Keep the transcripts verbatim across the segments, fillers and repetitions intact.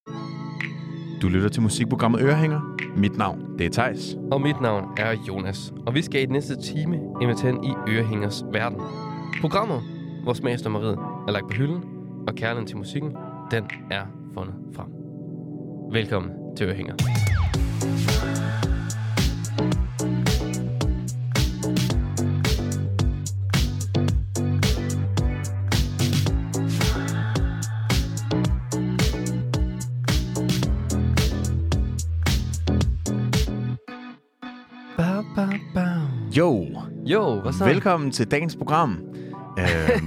Du lytter til musikprogrammet Ørehænger. Mit navn, det er Theis. Og mit navn er Jonas. Og vi skal i den næste time invitere ind i Ørehængers verden. Programmet, hvor smagsdommeriet er lagt på hylden, og kærligheden til musikken, den er fundet frem. Velkommen til Ørehænger. Jo, Jo, hvad så? velkommen til dagens program, øh,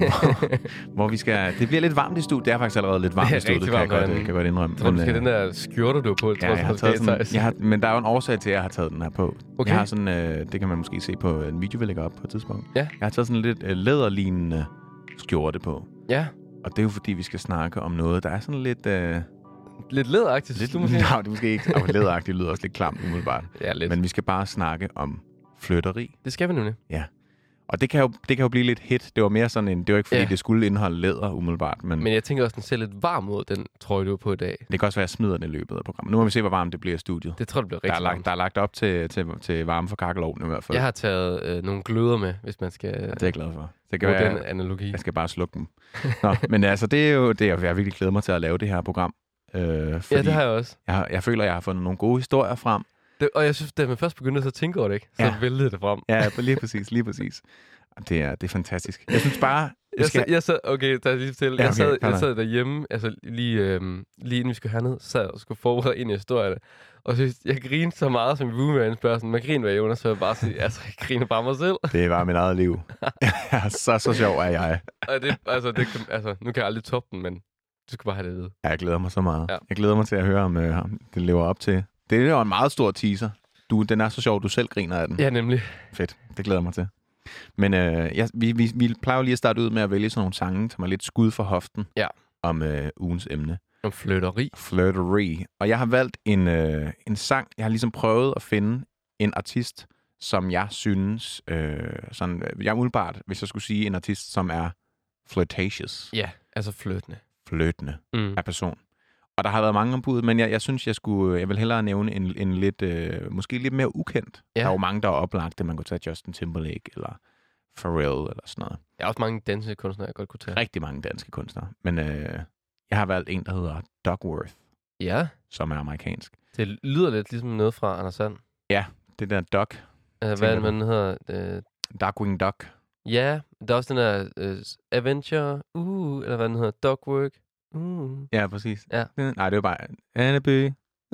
hvor, hvor vi skal... Det bliver lidt varmt i studiet. Det er faktisk allerede lidt varmt Det er i studiet, rigtig kan jeg, varmt, godt, kan jeg godt indrømme. Jeg tror, du skal den der skjorte, du har på. Ja, jeg har taget sådan, jeg har, men der er jo en årsag til, at jeg har taget den her på. Okay. Jeg har sådan, øh, det kan man måske se på en video, vi lægger op på et tidspunkt. Ja. Jeg har taget sådan lidt øh, læderlignende skjorte på. Ja. Og det er jo fordi, vi skal snakke om noget, der er sådan lidt... Øh, Lidt læderagtigt, lidt du måske. Nej, det er måske ikke... Og læderagtigt lyder også lidt klamt umiddelbart. Ja, lidt. Men vi skal bare snakke om flytteri. Det skal vi nemlig. Ja. Og det kan, jo, det kan jo blive lidt hit. Det var mere sådan en... Det var ikke fordi, Ja. det skulle indeholde læder umiddelbart, men, Men jeg tænker også, den ser lidt varm ud, den trøje, du er på i dag. det kan også være, at jeg smider den i løbet af programmet. Nu må vi se, hvor varmt det bliver i studiet. Det tror jeg, det bliver Der er, rigtig lagt, varmt. der er lagt op til, til, til varme for kakkelovnen i hvert fald. Jeg har taget øh, nogle gløder med, hvis man skal Ja, det er jeg glad for. Det kan bruge være, den analogi. jeg skal bare slukke dem. Nå, men altså, det er jo... Det er, jeg virkelig glæder mig til at lave det her program. Øh, fordi Ja, det har jeg også. jeg, har, jeg føler, jeg har fundet nogle gode historier frem. Det, og jeg synes, da man først begyndte at tænke over det, ikke? Så Ja. væltede det frem. Ja, lige præcis, lige præcis. Det er, det er fantastisk. Jeg synes bare... vi Jeg, skal... sad, jeg sad, okay, der er lige til. Ja, Jeg okay, sad, kom jeg sad derhjemme, altså lige, øhm, lige inden vi skulle herned, sad og skulle forberede ind i historierne. Og så, jeg grinede så meget, som i Boomerang spørger sådan, man griner af Jonas, så jeg bare sige, altså, jeg griner bare mig selv. Det var mit eget liv. Ja, så, så sjov er jeg. Og det, altså, det, kan- altså, nu kan jeg aldrig toppe den, men du skal bare have det at vide. Ja, jeg glæder mig så meget. Ja. Jeg glæder mig til at høre, om øh, det lever op til. Det er jo en meget stor teaser. Du, den er så sjov, du selv griner af den. Ja, nemlig. Fedt, det glæder jeg mig til. Men øh, jeg, vi, vi, vi plejer jo lige at starte ud med at vælge sådan nogle sange, som er lidt skud for hoften Ja. om øh, ugens emne. Om flytteri. Flirtery. Og jeg har valgt en, øh, en sang. Jeg har ligesom prøvet at finde en artist, som jeg synes... Øh, sådan, jeg er umiddelbart, hvis jeg skulle sige en artist, som er flirtatious. Ja, altså flyttende. Flirtende Mm. af person. Og der har været mange ombud, men jeg, jeg synes, jeg skulle, jeg vil hellere nævne en, en lidt, øh, måske lidt mere ukendt. Ja. Der er jo mange, der er oplagte. Man kunne tage Justin Timberlake eller Pharrell eller sådan noget. Der er også mange dansekunstnere, jeg godt kunne tage. Rigtig mange danske kunstnere. Men øh, jeg har valgt en, der hedder Duckworth, Ja, som er amerikansk. det lyder lidt ligesom noget fra Anders Sand. Det der Duck, Altså, Tænker hvad du? man hedder... Øh, Darkwing Duck. Ja, der er også den der uh, Adventure, uh, eller hvad den hedder, Dogwork. Uh. Ja, præcis. Ja. Nej, det er jo bare Anneby.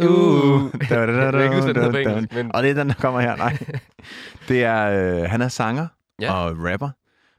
Uh. Da, da, da, Jeg kan ikke huske, da, hvad den hedder på da, engelsk, men... Og det er den, der kommer her. Nej. Det er, øh, han er sanger Ja. og rapper.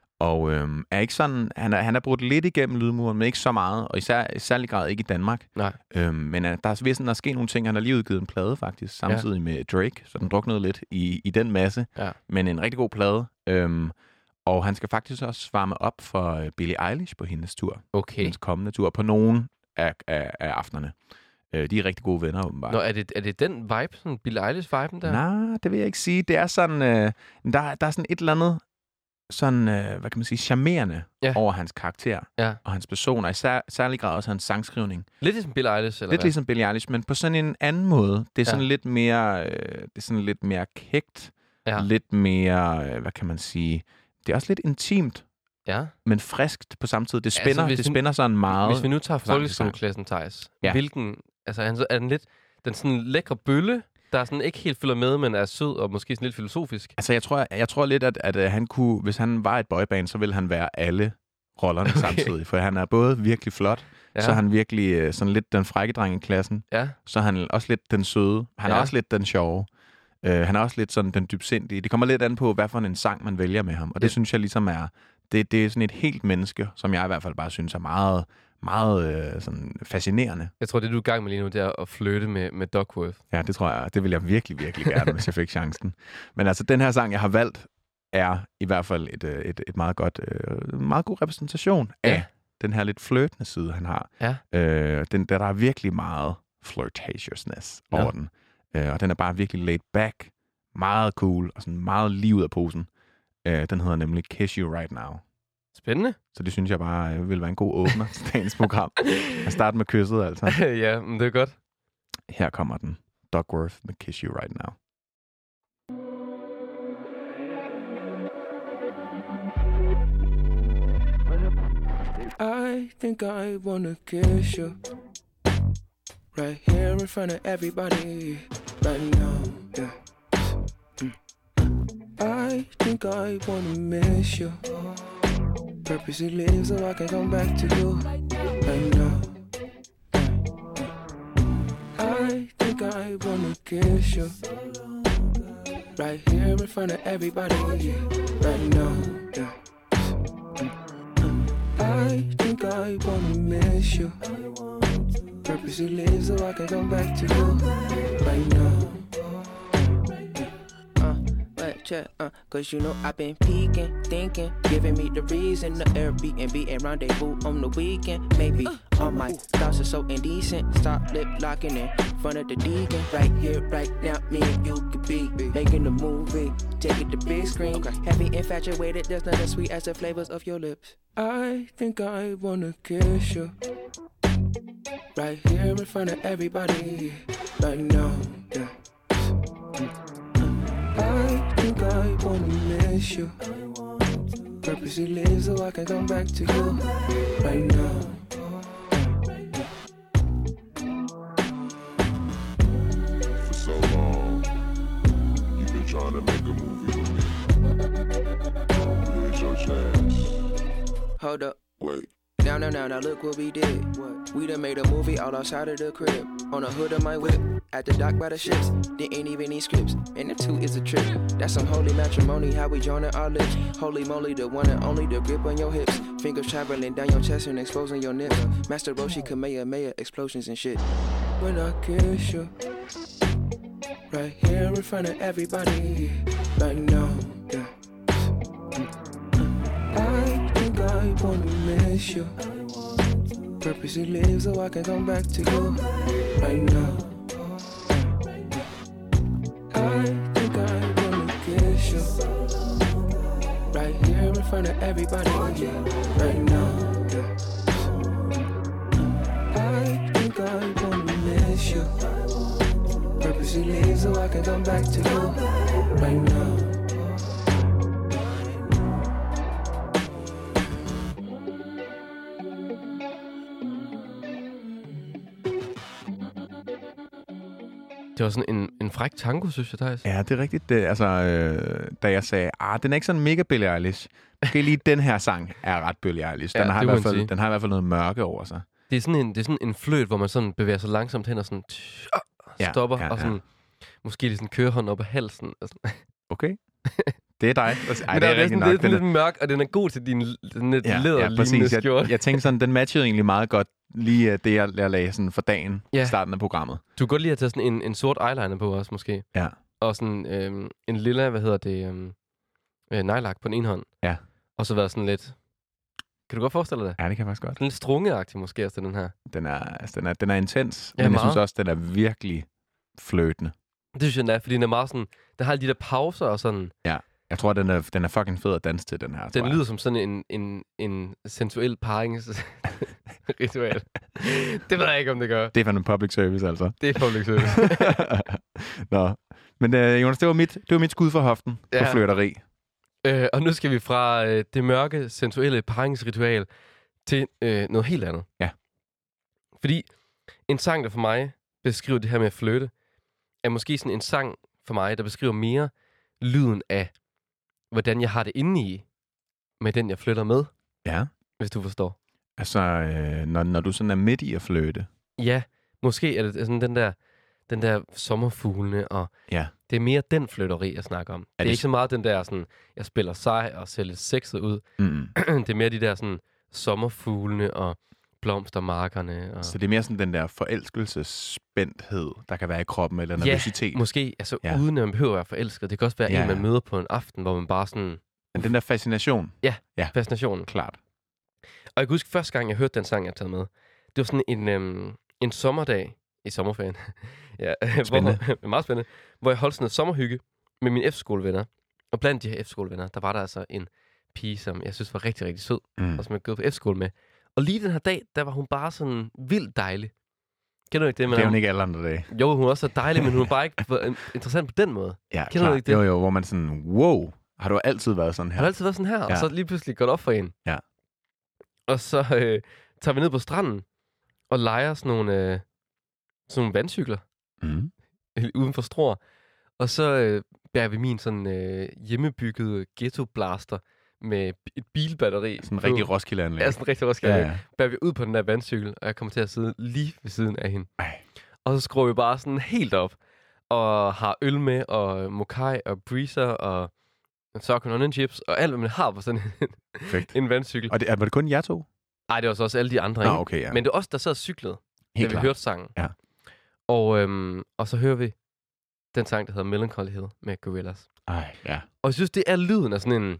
Og øhm, er ikke sådan, han er, han er brudt lidt igennem lydmuren, men ikke så meget. Og især, i særlig grad ikke i Danmark. Nej. Øhm, men øh, der er ved sådan, der er sket nogle ting. Han har lige udgivet en plade faktisk, samtidig ja. med Drake. Så den druknede lidt i, i den masse. Ja. Men en rigtig god plade. Øhm, og han skal faktisk også varme op for øh, Billie Eilish på hendes tur. Okay. Hendes kommende tur på nogen af, af, af aftenerne. Øh, de er rigtig gode venner, åbenbart. Nå, er det, er det den vibe, sådan Billie Eilish-viben der? Nej, det vil jeg ikke sige. Det er sådan, øh, der, der er sådan et eller andet, sådan, øh, hvad kan man sige, charmerende Ja. over hans karakter Ja. og hans person, og i sær, særlig grad også hans sangskrivning. Lidt ligesom Billie Eilish, eller Lidt hvad? ligesom Billie Eilish, men på sådan en anden måde. Det er sådan Ja. lidt mere, øh, det er sådan lidt mere kægt, Ja. lidt mere, øh, hvad kan man sige, det er også lidt intimt, Ja. men friskt på samme tid. Det Altså, spænder, hvis det vi- spænder sådan meget. Hvis vi nu tager sang til sang. folkeskoleklassen, Theis, Ja. hvilken... Altså, er han så- er den lidt... Den sådan lækre bølle, der sådan ikke helt følger med, men er sød og måske sådan lidt filosofisk. Altså, jeg tror, jeg, jeg tror lidt, at, at, at han kunne, hvis han var et boyband, så ville han være alle rollerne okay. samtidig. For han er både virkelig flot, Ja. så er han virkelig øh, sådan lidt den frække dreng i klassen. Ja. Så er han også lidt den søde. Han ja. er Ja. også lidt den sjove. Uh, han er også lidt sådan den dybsindige. Det kommer lidt an på, hvad for en sang man vælger med ham. Og det Ja. synes jeg ligesom er, det, det er sådan et helt menneske, som jeg i hvert fald bare synes er meget, meget øh, sådan fascinerende. Jeg tror, det du er i gang med lige nu, det er at flytte med, med Duckworth. Ja, det tror jeg, det vil jeg virkelig, virkelig gerne, hvis jeg fik chancen. Men altså, den her sang, jeg har valgt, er i hvert fald et, øh, et, et meget godt, øh, meget god repræsentation af Ja. den her lidt flirtende side, han har. Ja. Øh, den, der, der er virkelig meget flirtatiousness Ja. over den. Øh, og den er bare virkelig laid back, meget cool, og sådan meget lige ud af posen. Øh, den hedder nemlig Kiss You Right Now. Spændende. Så det synes jeg bare øh, vil være en god åbner til dagens program. At starte med kysset, altså. Ja, men det er godt. Her kommer den. Duckworth med Kiss You Right Now. I think I wanna kiss you right here in front of everybody right now, yeah. Mm. I think I wanna miss you, purposely leave so I can come back to you right now. I think I wanna kiss you right here in front of everybody right now, yeah. I think I wanna miss you, purposely leave so I can come back to you right now. Uh, but check, uh, cause you know I've been peeking, thinking, giving me the reason the Airbnb and rendezvous on the weekend. Maybe all my thoughts are so indecent. Stop lip locking in front of the deacon. Right here, right now, me and you could be making a movie. Take it to big screen. Okay. Heavy infatuated, there's nothing sweet as the flavors of your lips. I think I wanna kiss you right here in front of everybody right now, yeah. I think I wanna miss you, purposely leave so I can come back to you right now. For so long, you've been trying to make a movie with me. Here's your chance. Hold up. Wait. Now, now, now, now, look what we did. What? We done made a movie all outside of the crib. On the hood of my whip, at the dock by the ships. Didn't even need scripts, and them two is a trip. That's some holy matrimony, how we joining our lips. Holy moly, the one and only, the grip on your hips. Fingers traveling down your chest and exposing your nips. Master Roshi, Kamehameha, explosions and shit. When I kiss you, right here in front of everybody, right now, yeah. I think I wanna miss you, purposely leave so I can come back to you right now. I think I wanna kiss you right here in front of everybody right now. I think I wanna miss you, purposely leave so I can come back to you right now. Det var sådan en, en fræk tango, synes jeg, Thijs. Ja, det er rigtigt. Det, altså, øh, da jeg sagde, ah, den er ikke sådan mega Billie Eilish. Måske lige den her sang er ret Billie Eilish. Den, Ja, har i det må hvert man fald, sige. den har i hvert fald noget mørke over sig. Det er sådan en, det er sådan en fløjt, hvor man sådan bevæger sig langsomt hen og sådan tsh, Ja, stopper, ja, og sådan ja. måske lige sådan kører hånden op ad halsen. Og sådan. Okay? Det er dig. Ej, Men det der er er, rigtig sådan, nok. det er Den sådan lidt mørk, og den er god til din den lidt ja, ja, læderlignende præcis. skjorte. Jeg, jeg tænkte sådan, den matchede egentlig meget godt lige øh, det, jeg, jeg lagde sådan for dagen Ja. i starten af programmet. Du kan godt lide at tage sådan en, en sort eyeliner på også, måske. Ja. Og sådan øhm, en lilla, hvad hedder det, øhm, øh, nejlak på den ene hånd. Ja. Og så været sådan lidt... Kan du godt forestille dig det? Ja, det kan jeg faktisk godt. Sådan lidt strungeagtig måske også, den her. Den er, altså, den er, den er intens, Ja, men jeg meget. synes også, den er virkelig fløtende. Det synes jeg, den er, fordi den er meget sådan... Den har alle de der pauser og sådan... Jeg tror, den er, den er fucking fed at danse til, den her. Den tror jeg. lyder som sådan en, en, en sensuel paringsritual. Det ved jeg ikke, om det gør. Det er fandme public service, altså. Det er public service. Nå. Men uh, Jonas, det var, mit, det var mit skud for hoften Ja. på flirteri. øh, og nu skal vi fra øh, det mørke, sensuelle paringsritual til øh, noget helt andet. Ja. Fordi en sang, der for mig beskriver det her med at flytte, er måske sådan en sang for mig, der beskriver mere lyden af, hvordan jeg har det inde i, med den, jeg flytter med, Ja. hvis du forstår. Altså, øh, når, når du sådan er midt i at flytte. Ja, måske er det sådan den der, den der sommerfuglene, og Ja. det er mere den flytteri, jeg snakker om. Det er det ikke s- så meget den der, sådan, jeg spiller sej og ser lidt sexet ud. Mm. Det er mere de der sådan, sommerfuglene og blomstermarkerne. Og... Så det er mere sådan den der forelskelsesspændthed, der kan være i kroppen, eller Ja, nervøsitet. måske, altså Ja. uden at man behøver at være forelsket. Det kan også være Ja, en, man ja. møder på en aften, hvor man bare sådan, Men den der fascination, fascinationen. klart. Og jeg kan huske, første gang, jeg hørte den sang, jeg havde med, det var sådan en, øhm, en sommerdag i sommerferien. ja, Spændende. Hvor, meget spændende. Hvor jeg holdt sådan noget sommerhygge med mine efterskolevenner. Og blandt de her efterskolevenner, der var der altså en pige, som jeg synes var rigtig, rigtig sød, Mm. og som jeg gik på efterskole med. Og lige den her dag, der var hun bare sådan vildt dejlig. Kender du ikke det? Det er hun ikke alle andre dage. Jo, hun er også så dejlig, men hun er bare ikke interessant på den måde. Ja, Kender du klar. ikke det? Jo, jo, hvor man sådan, wow, har du altid været sådan her? Har du altid været sådan her? Ja. Og Ja. så lige pludselig går det op for en. Ja. Og så øh, tager vi ned på stranden og leger sådan nogle, øh, sådan nogle vandcykler Mm. uden for Struer. Og så øh, bærer vi min sådan øh, hjemmebyggede ghetto-blaster med et bilbatteri. Sådan en på- rigtig Roskilde-anlæg. Ja, sådan en rigtig Roskilde. ja, Ja, ja. Bærer vi ud på den der vandcykel, og jeg kommer til at sidde lige ved siden af hende. Ej. Og så skruer vi bare sådan helt op, og har øl med, og mokai, og breezer, og sock and onion chips, og alt, hvad man har på sådan en, Perfekt. en vandcykel. Og det, var det kun jer to? Nej, det var så også alle de andre, Nå, ikke? okay, ja. Men det var os, der sad og cyklede, Helt da vi klart. hørte sangen. Ja. Og, øhm, og så hører vi den sang, der hedder Melancholy Hill med Gorillaz. Ej, ja. Og jeg synes, det er lyden af sådan en...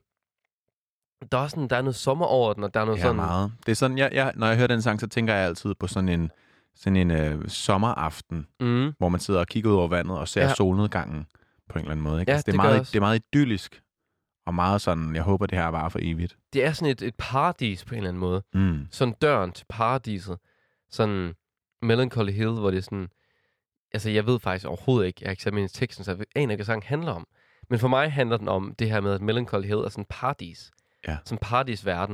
Der er, sådan, der er noget sommer over den, og der er noget Ja, sådan... meget. Det er sådan, jeg, jeg, når jeg hører den sang, så tænker jeg altid på sådan en, sådan en øh, sommeraften, Mm. hvor man sidder og kigger ud over vandet og ser Ja. ja. solnedgangen på en eller anden måde. Ikke? Ja, altså, det, er det gør jeg meget, også. det er meget idyllisk, og meget sådan, jeg håber, det her varer for evigt. Det er sådan et, et paradis på en eller anden måde. Mm. Sådan døren til paradiset. Sådan Melancholy Hill, hvor det er sådan... Altså, jeg ved faktisk overhovedet ikke, jeg har ikke sat mig ind i teksten, så jeg aner ikke, hvad sangen handler om. Men for mig handler den om det her med, at Melancholy Hill er sådan en paradis. Ja. Sådan en paradisverden.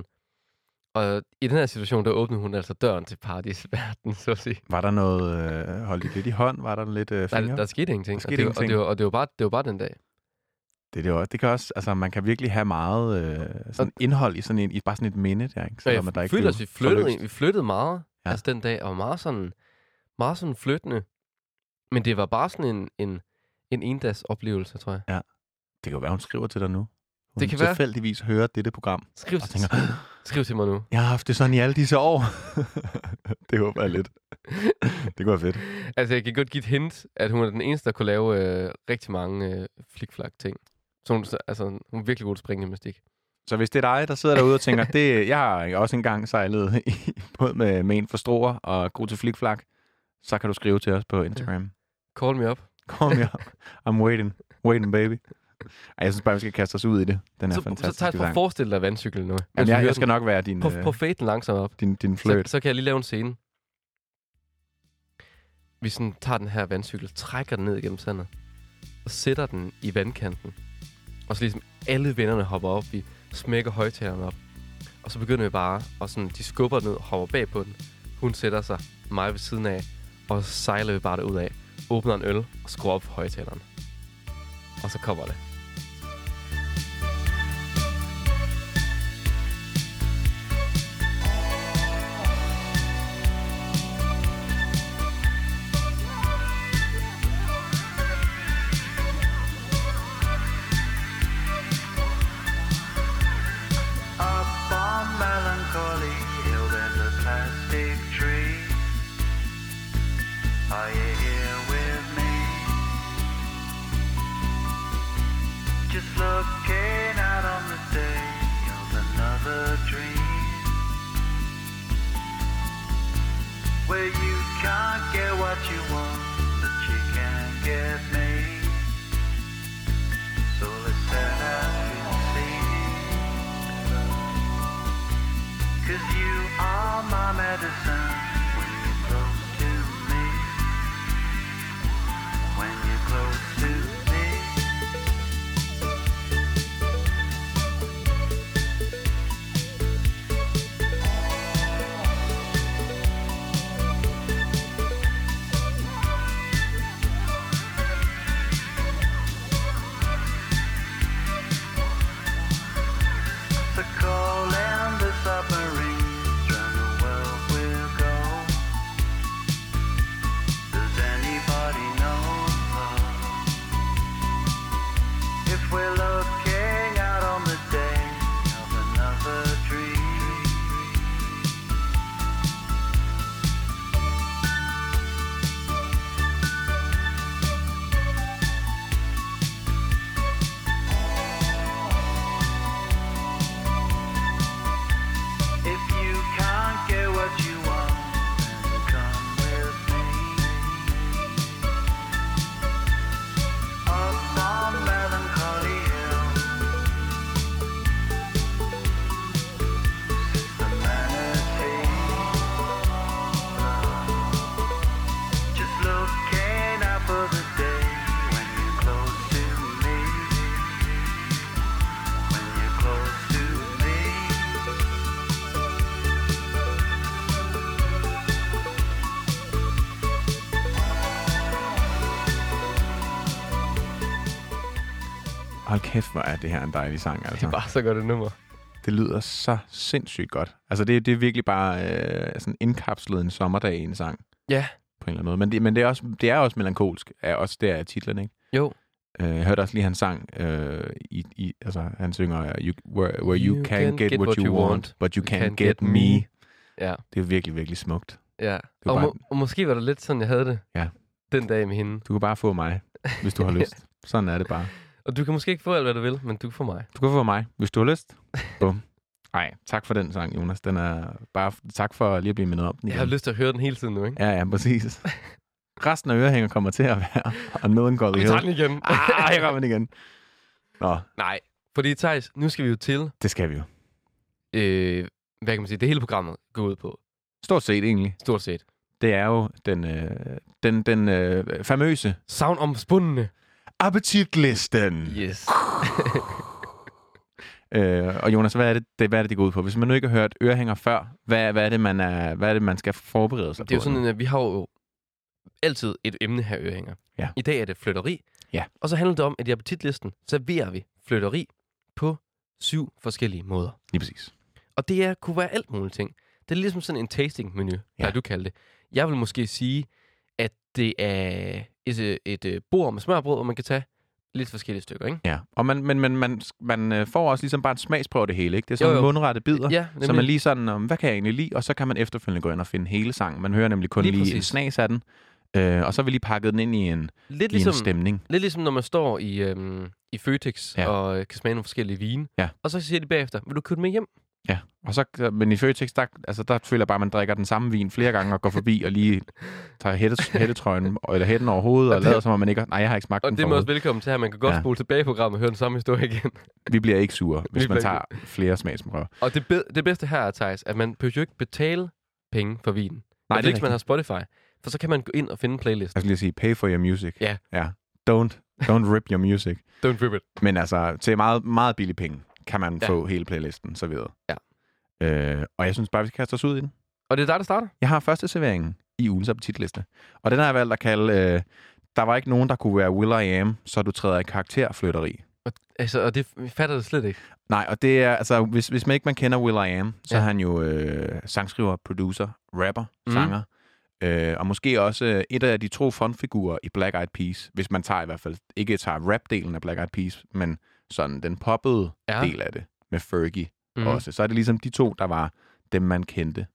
Og i den her situation, der åbnede hun altså døren til paradisverden, så at sige. Var der noget, øh, holdt I lidt i hånd? Var der lidt øh, Der, fingre? der skete ingenting. Der skete og, det, var- og, ingenting. det, var, og det var bare, det var bare den dag. Det, det, var, det kan også, altså man kan virkelig have meget øh, sådan indhold i sådan en, i bare sådan et minde der, ikke? Så jeg Selvom, at der ikke følte, blev at vi flyttede, forløst. vi flyttede meget, Ja. ja. altså den dag, og var meget sådan, meget sådan flyttende. Men det var bare sådan en, en, en endags oplevelse, tror jeg. Det kan jo være, hun skriver til dig nu. Hun Det kan være. tilfældigvis hører dette program Skriv, og tænker, skriv til mig nu. jeg har haft det sådan i alle disse år. Det håber jeg lidt. Det kunne være fedt. Altså, jeg kan godt give et hint, at hun er den eneste, der kunne lave øh, rigtig mange øh, flikflak-ting. Så hun, så- altså, hun er virkelig god til springgymnastik. Så hvis det er dig, der sidder derude og tænker, det, jeg har også engang sejlet i båd med, med en for Struer og god til flikflak, så kan du skrive til os på Instagram. Call me up. Kom her. I'm waiting. Waiting, baby. Ej, jeg synes bare, vi skal kaste os ud i det. Den er Så, så fantastiske tager jeg for sang. forestil dig vandcyklen nu. Jamen, jeg, jeg skal nok være din, På, øh, på faden langsomt op. din, din Så, flirt. så kan jeg lige lave en scene. Vi sådan tager den her vandcykel, trækker den ned igennem sandet, og sætter den i vandkanten. Og så ligesom alle vennerne hopper op, vi smækker højtalerne op. Og så begynder vi bare, og sådan, de skubber ned og hopper bag på den. Hun sætter sig mig ved siden af, og så sejler vi bare derud af. Åbner en øl og skruer op for højtaleren. Og så kommer det. Up on Melancholy Hill there's a plastic tree. Are you here with me? Just looking out on the day of another dream, where you can't get what you want, but you can get me. So let's set out to see. Cause you are my medicine when you're close to me. When you're close to me. Hold kæft, hvor er det her en dejlig sang, altså. Det er bare så godt et nummer. Det lyder så sindssygt godt. Altså, det, det er virkelig bare øh, sådan indkapslet en sommerdag i en sang. Ja. På en eller anden måde. Men det, men det, er, også, det er også melankolsk. Er også der er titlen, ikke? Jo. Uh, jeg hørte også lige hans sang. Uh, i, i, altså, han synger, you, where, where you, you can, can get, get what, what you want, want, but you, you can't can get, get me. me. Ja. Det er virkelig, virkelig smukt. Ja. Og, bare... må, og måske var det lidt sådan, jeg havde det. Ja. Den dag med hende. Du kan bare få mig, hvis du har lyst. Sådan er det bare. Og du kan måske ikke få alt, hvad du vil, men du kan få mig. Du kan få mig, hvis du har lyst. Bum. Ej, tak for den sang, Jonas. Den er bare... Tak for lige at blive mindet om den igen. Jeg har lyst til at høre den hele tiden nu, ikke? Ja, ja, præcis. Resten af Ørehænger kommer til at være on Melancholy Hill. Vi tager den igen. ah, jeg rammer den igen. Nå. Nej, fordi Theis, nu skal vi jo til... Det skal vi jo. Øh, hvad kan man sige? Det hele programmet går ud på. Stort set, egentlig. Stort set. Det er jo den, øh, den, den øh, famøse... Savnomspundne. Appetitlisten. Yes. øh, og Jonas, hvad er, det, det, hvad er det, det går ud på? Hvis man nu ikke har hørt Ørehænger før, hvad, hvad, er, det, man er, hvad er det, man skal forberede sig på? Det er jo sådan, at vi har jo altid et emne her, Ørehænger. Ja. I dag er det flytteri. Ja. Og så handler det om, at i appetitlisten serverer vi flytteri på syv forskellige måder. Lige præcis. Og det er, kunne være alt muligt ting. Det er ligesom sådan en tasting-menu, ja. der du kalder det. Jeg vil måske sige, at det er et, et, et bord med smørbrød, og man kan tage lidt forskellige stykker, ikke? Ja, og man, men, men man, man får også ligesom bare en smagsprøve af det hele, ikke? Det er sådan nogle mundrette bidder, ja, så man lige sådan, hvad kan jeg egentlig lide? Og så kan man efterfølgende gå ind og finde hele sangen. Man hører nemlig kun lige, lige en snas af den, øh, og så vil lige pakket den ind i en, lidt i ligesom, en stemning. Lidt ligesom når man står i, øhm, i Føtex ja. og kan smage nogle forskellige vine, ja. og så siger de bagefter, vil du købe med hjem? Ja, og så, men i Føtex, der, altså, der føler jeg bare, at man drikker den samme vin flere gange og går forbi og lige tager hætte, hættetrøjen eller hætten over hovedet og, og lader som om man ikke... Nej, jeg har ikke smagt og den det er man også velkommen til her. Man kan godt ja. spole tilbage i programmet og høre den samme historie igen. Vi bliver ikke sure, hvis man tager flere smagsprøver. Og det, be- det bedste her er, Theis, at man behøver jo ikke betale penge for vinen. Nej, det er ikke, man har Spotify. For så kan man gå ind og finde en playlist. Jeg skal lige sige, pay for your music. Ja. ja. Don't, don't rip your music. Don't rip it. Men altså, til meget, meget billige penge kan man ja. få hele playlisten serveret. Ja. Øh, og jeg synes bare, vi skal kaste os ud i den. Og det er dig, der starter? Jeg har første serveringen i ugens appetitliste. Og den har jeg valgt at kalde, øh, der var ikke nogen, der kunne være Will I Am, så du træder i karakterflytteri. Og, altså, og det vi fatter det slet ikke. Nej, og det er, altså, hvis, hvis man ikke man kender Will I Am, så ja. er han jo øh, sangskriver, producer, rapper, mm. sanger. Øh, og måske også øh, et af de to frontfigurer i Black Eyed Peas, hvis man tager i hvert fald, ikke tager rap-delen af Black Eyed Peas, men sådan den poppede ja. del af det, med Fergie mm. også. Så er det ligesom de to, der var dem, man kendte.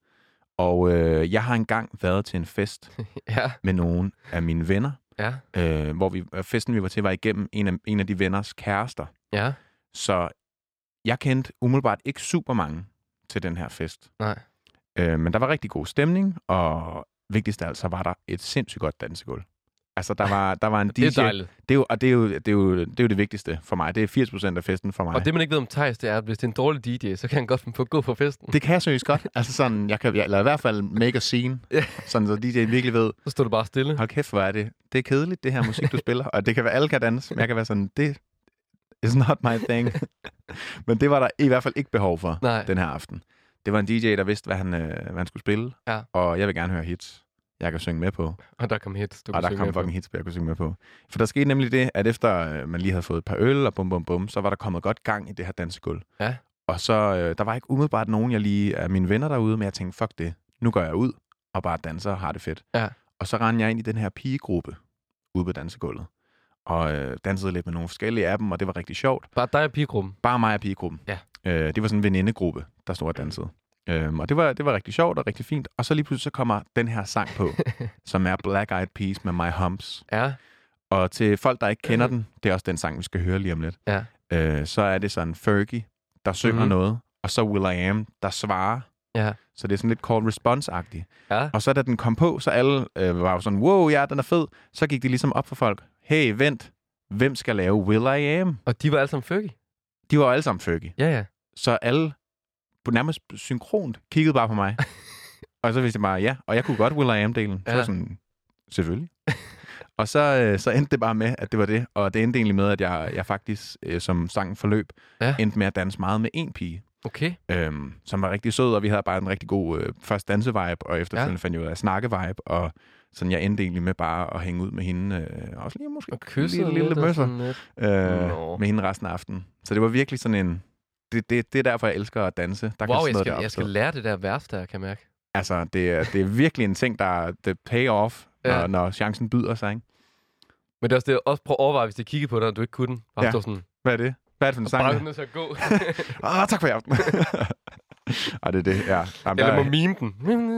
Og øh, jeg har engang været til en fest ja. med nogle af mine venner, ja. øh, hvor vi, festen, vi var til, var igennem en af, en af de venners kærester. Ja. Så jeg kendte umiddelbart ikke super mange til den her fest. Nej. Øh, men der var rigtig god stemning, og vigtigst af alt, så var der et sindssygt godt dansegulv. Altså, der var, der var en D J. Det er dejligt. Det er jo, og det er, jo, det, er jo, det er jo det vigtigste for mig. Det er firs procent af festen for mig. Og det, man ikke ved om Theis, det er, at hvis det er en dårlig D J, så kan han godt få gå på festen. Det kan jeg seriøst godt. Altså sådan, jeg kan, eller i hvert fald make a scene. Ja. Sådan, så D J'en virkelig ved. Så står du bare stille. Hold kæft, hvor er det. Det er kedeligt, det her musik, du spiller. Og det kan være, alle kan danse. Men jeg kan være sådan, det is not my thing. Men det var der i hvert fald ikke behov for Nej. den her aften. Det var en D J, der vidste, hvad han, øh, hvad han skulle spille. Ja. Og jeg vil gerne høre hits. Jeg kan synge med på. Og der kom hits, du Og der kom fucking hits, jeg kunne synge med på. For der skete nemlig det, at efter man lige havde fået et par øl og bum bum bum, så var der kommet godt gang i det her dansegulv. Ja. Og så, øh, der var ikke umiddelbart nogen, jeg lige af mine venner derude, men jeg tænkte, fuck det, nu går jeg ud og bare danser og har det fedt. Ja. Og så rendte jeg ind i den her pigegruppe ude på dansegulvet. Og øh, dansede lidt med nogle forskellige af dem, og det var rigtig sjovt. Bare dig og pigegruppen? Bare mig og pigegruppen. Ja. Øh, det var sådan en venindegruppe, der stod og dansede. Øhm, og det var, det var rigtig sjovt og rigtig fint. Og så lige pludselig så kommer den her sang på, som er Black Eyed Peas med My Humps. Ja. Og til folk, der ikke kender den, det er også den sang, vi skal høre lige om lidt. Ja. Øh, så er det sådan Fergie, der synger mm-hmm. noget, og så Will I Am, der svarer. Ja. Så det er sådan lidt call response-agtigt. Ja. Og så da den kom på, så alle øh, var jo sådan, wow, ja, den er fed. Så gik det ligesom op for folk. Hey, vent, hvem skal lave Will I Am? Og de var alle sammen Fergie? De var alle sammen Fergie. Ja, ja. Så alle på nærmest synkront kiggede bare på mig. Og så vidste jeg bare, ja. Og jeg kunne godt Will I Am-delen. Så ja. sådan, selvfølgelig. Og så, øh, så endte det bare med, at det var det. Og det endte egentlig med, at jeg, jeg faktisk, øh, som sangen forløb, ja. endte med at danse meget med en pige. Okay. øhm, som var rigtig sød, og vi havde bare en rigtig god øh, først danse-vibe, og efterfølgende ja. fandt jeg ud af snakke-vibe, og sådan jeg endte egentlig med bare at hænge ud med hende, øh, også lige måske og kysse lille, lille møsser, øh, med hende resten af aftenen. Så det var virkelig sådan en, det, det, det er derfor, jeg elsker at danse. Der wow, kan jeg noget skal, jeg skal lære det der vers, der kan jeg mærke. Altså, det er, det er virkelig en ting, der det pay off, ja. når, når chancen byder sig, ikke? Men det er også det, også prøv at overveje, hvis de kigger på dig, og du ikke kunne den. Bare Ja. stå sådan, Hvad er det? Hvad er det for en sang? bare nødt til at gå. Åh, tak for i aften. Ej, det er det, ja. Jamen, Eller der må mime den.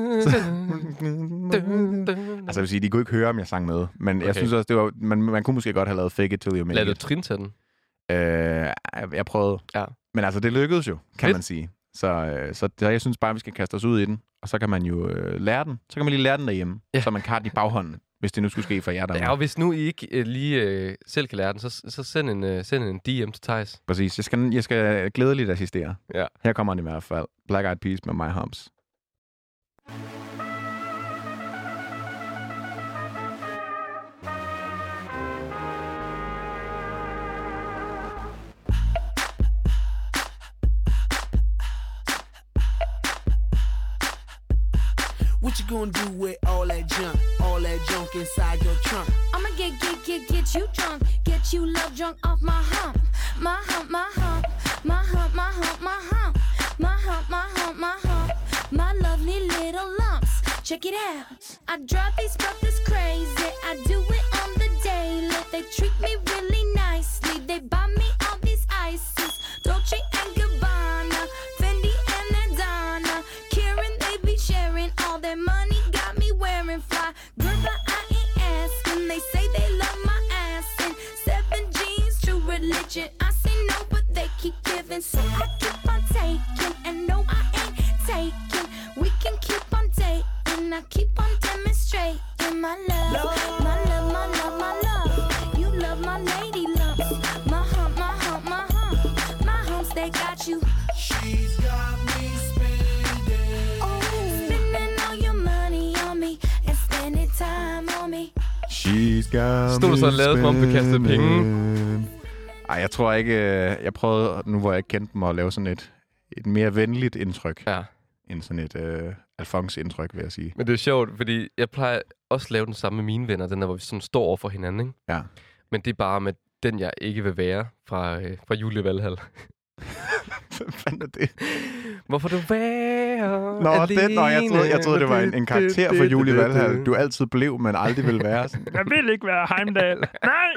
Altså, jeg vil sige, de kunne ikke høre, om jeg sang med. Men okay. jeg synes også, det var, man, man kunne måske godt have lavet Fake It Till You Make Lad It. du trin til den. Øh, jeg, jeg prøvede. Ja. Men altså, det lykkedes jo, kan Fedt. man sige. Så, øh, så det, jeg synes bare, vi skal kaste os ud i den. Og så kan man jo øh, lære den. Så kan man lige lære den derhjemme. Ja. Så man kan have den i baghånden, hvis det nu skulle ske for jer derude. Ja, og hvis nu I ikke øh, lige øh, selv kan lære den, så, så send, en, øh, send en D M til Theis. Præcis. Jeg skal, jeg skal glædeligt assistere. Ja. Her kommer den i hvert fald. Black Eyed Peas med My Humps. What you gonna do with all that junk, all that junk inside your trunk? I'ma get, get, get, get you drunk, get you love drunk off my hump, my hump, my hump, my hump, my hump, my hump, my hump, my hump, my hump, my lovely little lumps. Check it out. I drive these brothers crazy. I do it on the daily. They treat me really nicely. They buy me all these ices, Dolce and Gabbana, Fendi and Adana. Karen, they be sharing all their money. Got me wearing fly. Girl, but I ain't asking. They say they love my ass and seven jeans, true religion. I say no, but they keep giving, so I keep on taking. And no, I ain't taking. We can keep on dating. I keep on demonstrating my love, my love, my love, my love. You love my lady lumps, my hump, my hump, my hump, my humps. They got you. She's got me spending. Oh, spending all your money on me and spending time on me. She's got Stod du så og lavede, som om du kastede penge? Ej, jeg tror ikke... Jeg prøvede, nu hvor jeg ikke kendte dem, at lave sådan et, et mere venligt indtryk. Ja. End sådan et øh, Alphonse-indtryk, vil jeg sige. Men det er sjovt, fordi jeg plejer også at lave den samme med mine venner, den der, hvor vi sådan står over for hinanden, ikke? Ja. Men det er bare med den, jeg ikke vil være fra, øh, fra Julie Valhall. Hvad fanden er det? Hvorfor du være Nå, alene? det, nå, jeg troede, jeg troede det var en, en karakter for Julie Valhall. Du altid blev, men aldrig vil være. Sådan. Jeg vil ikke være Heimdall. Nej!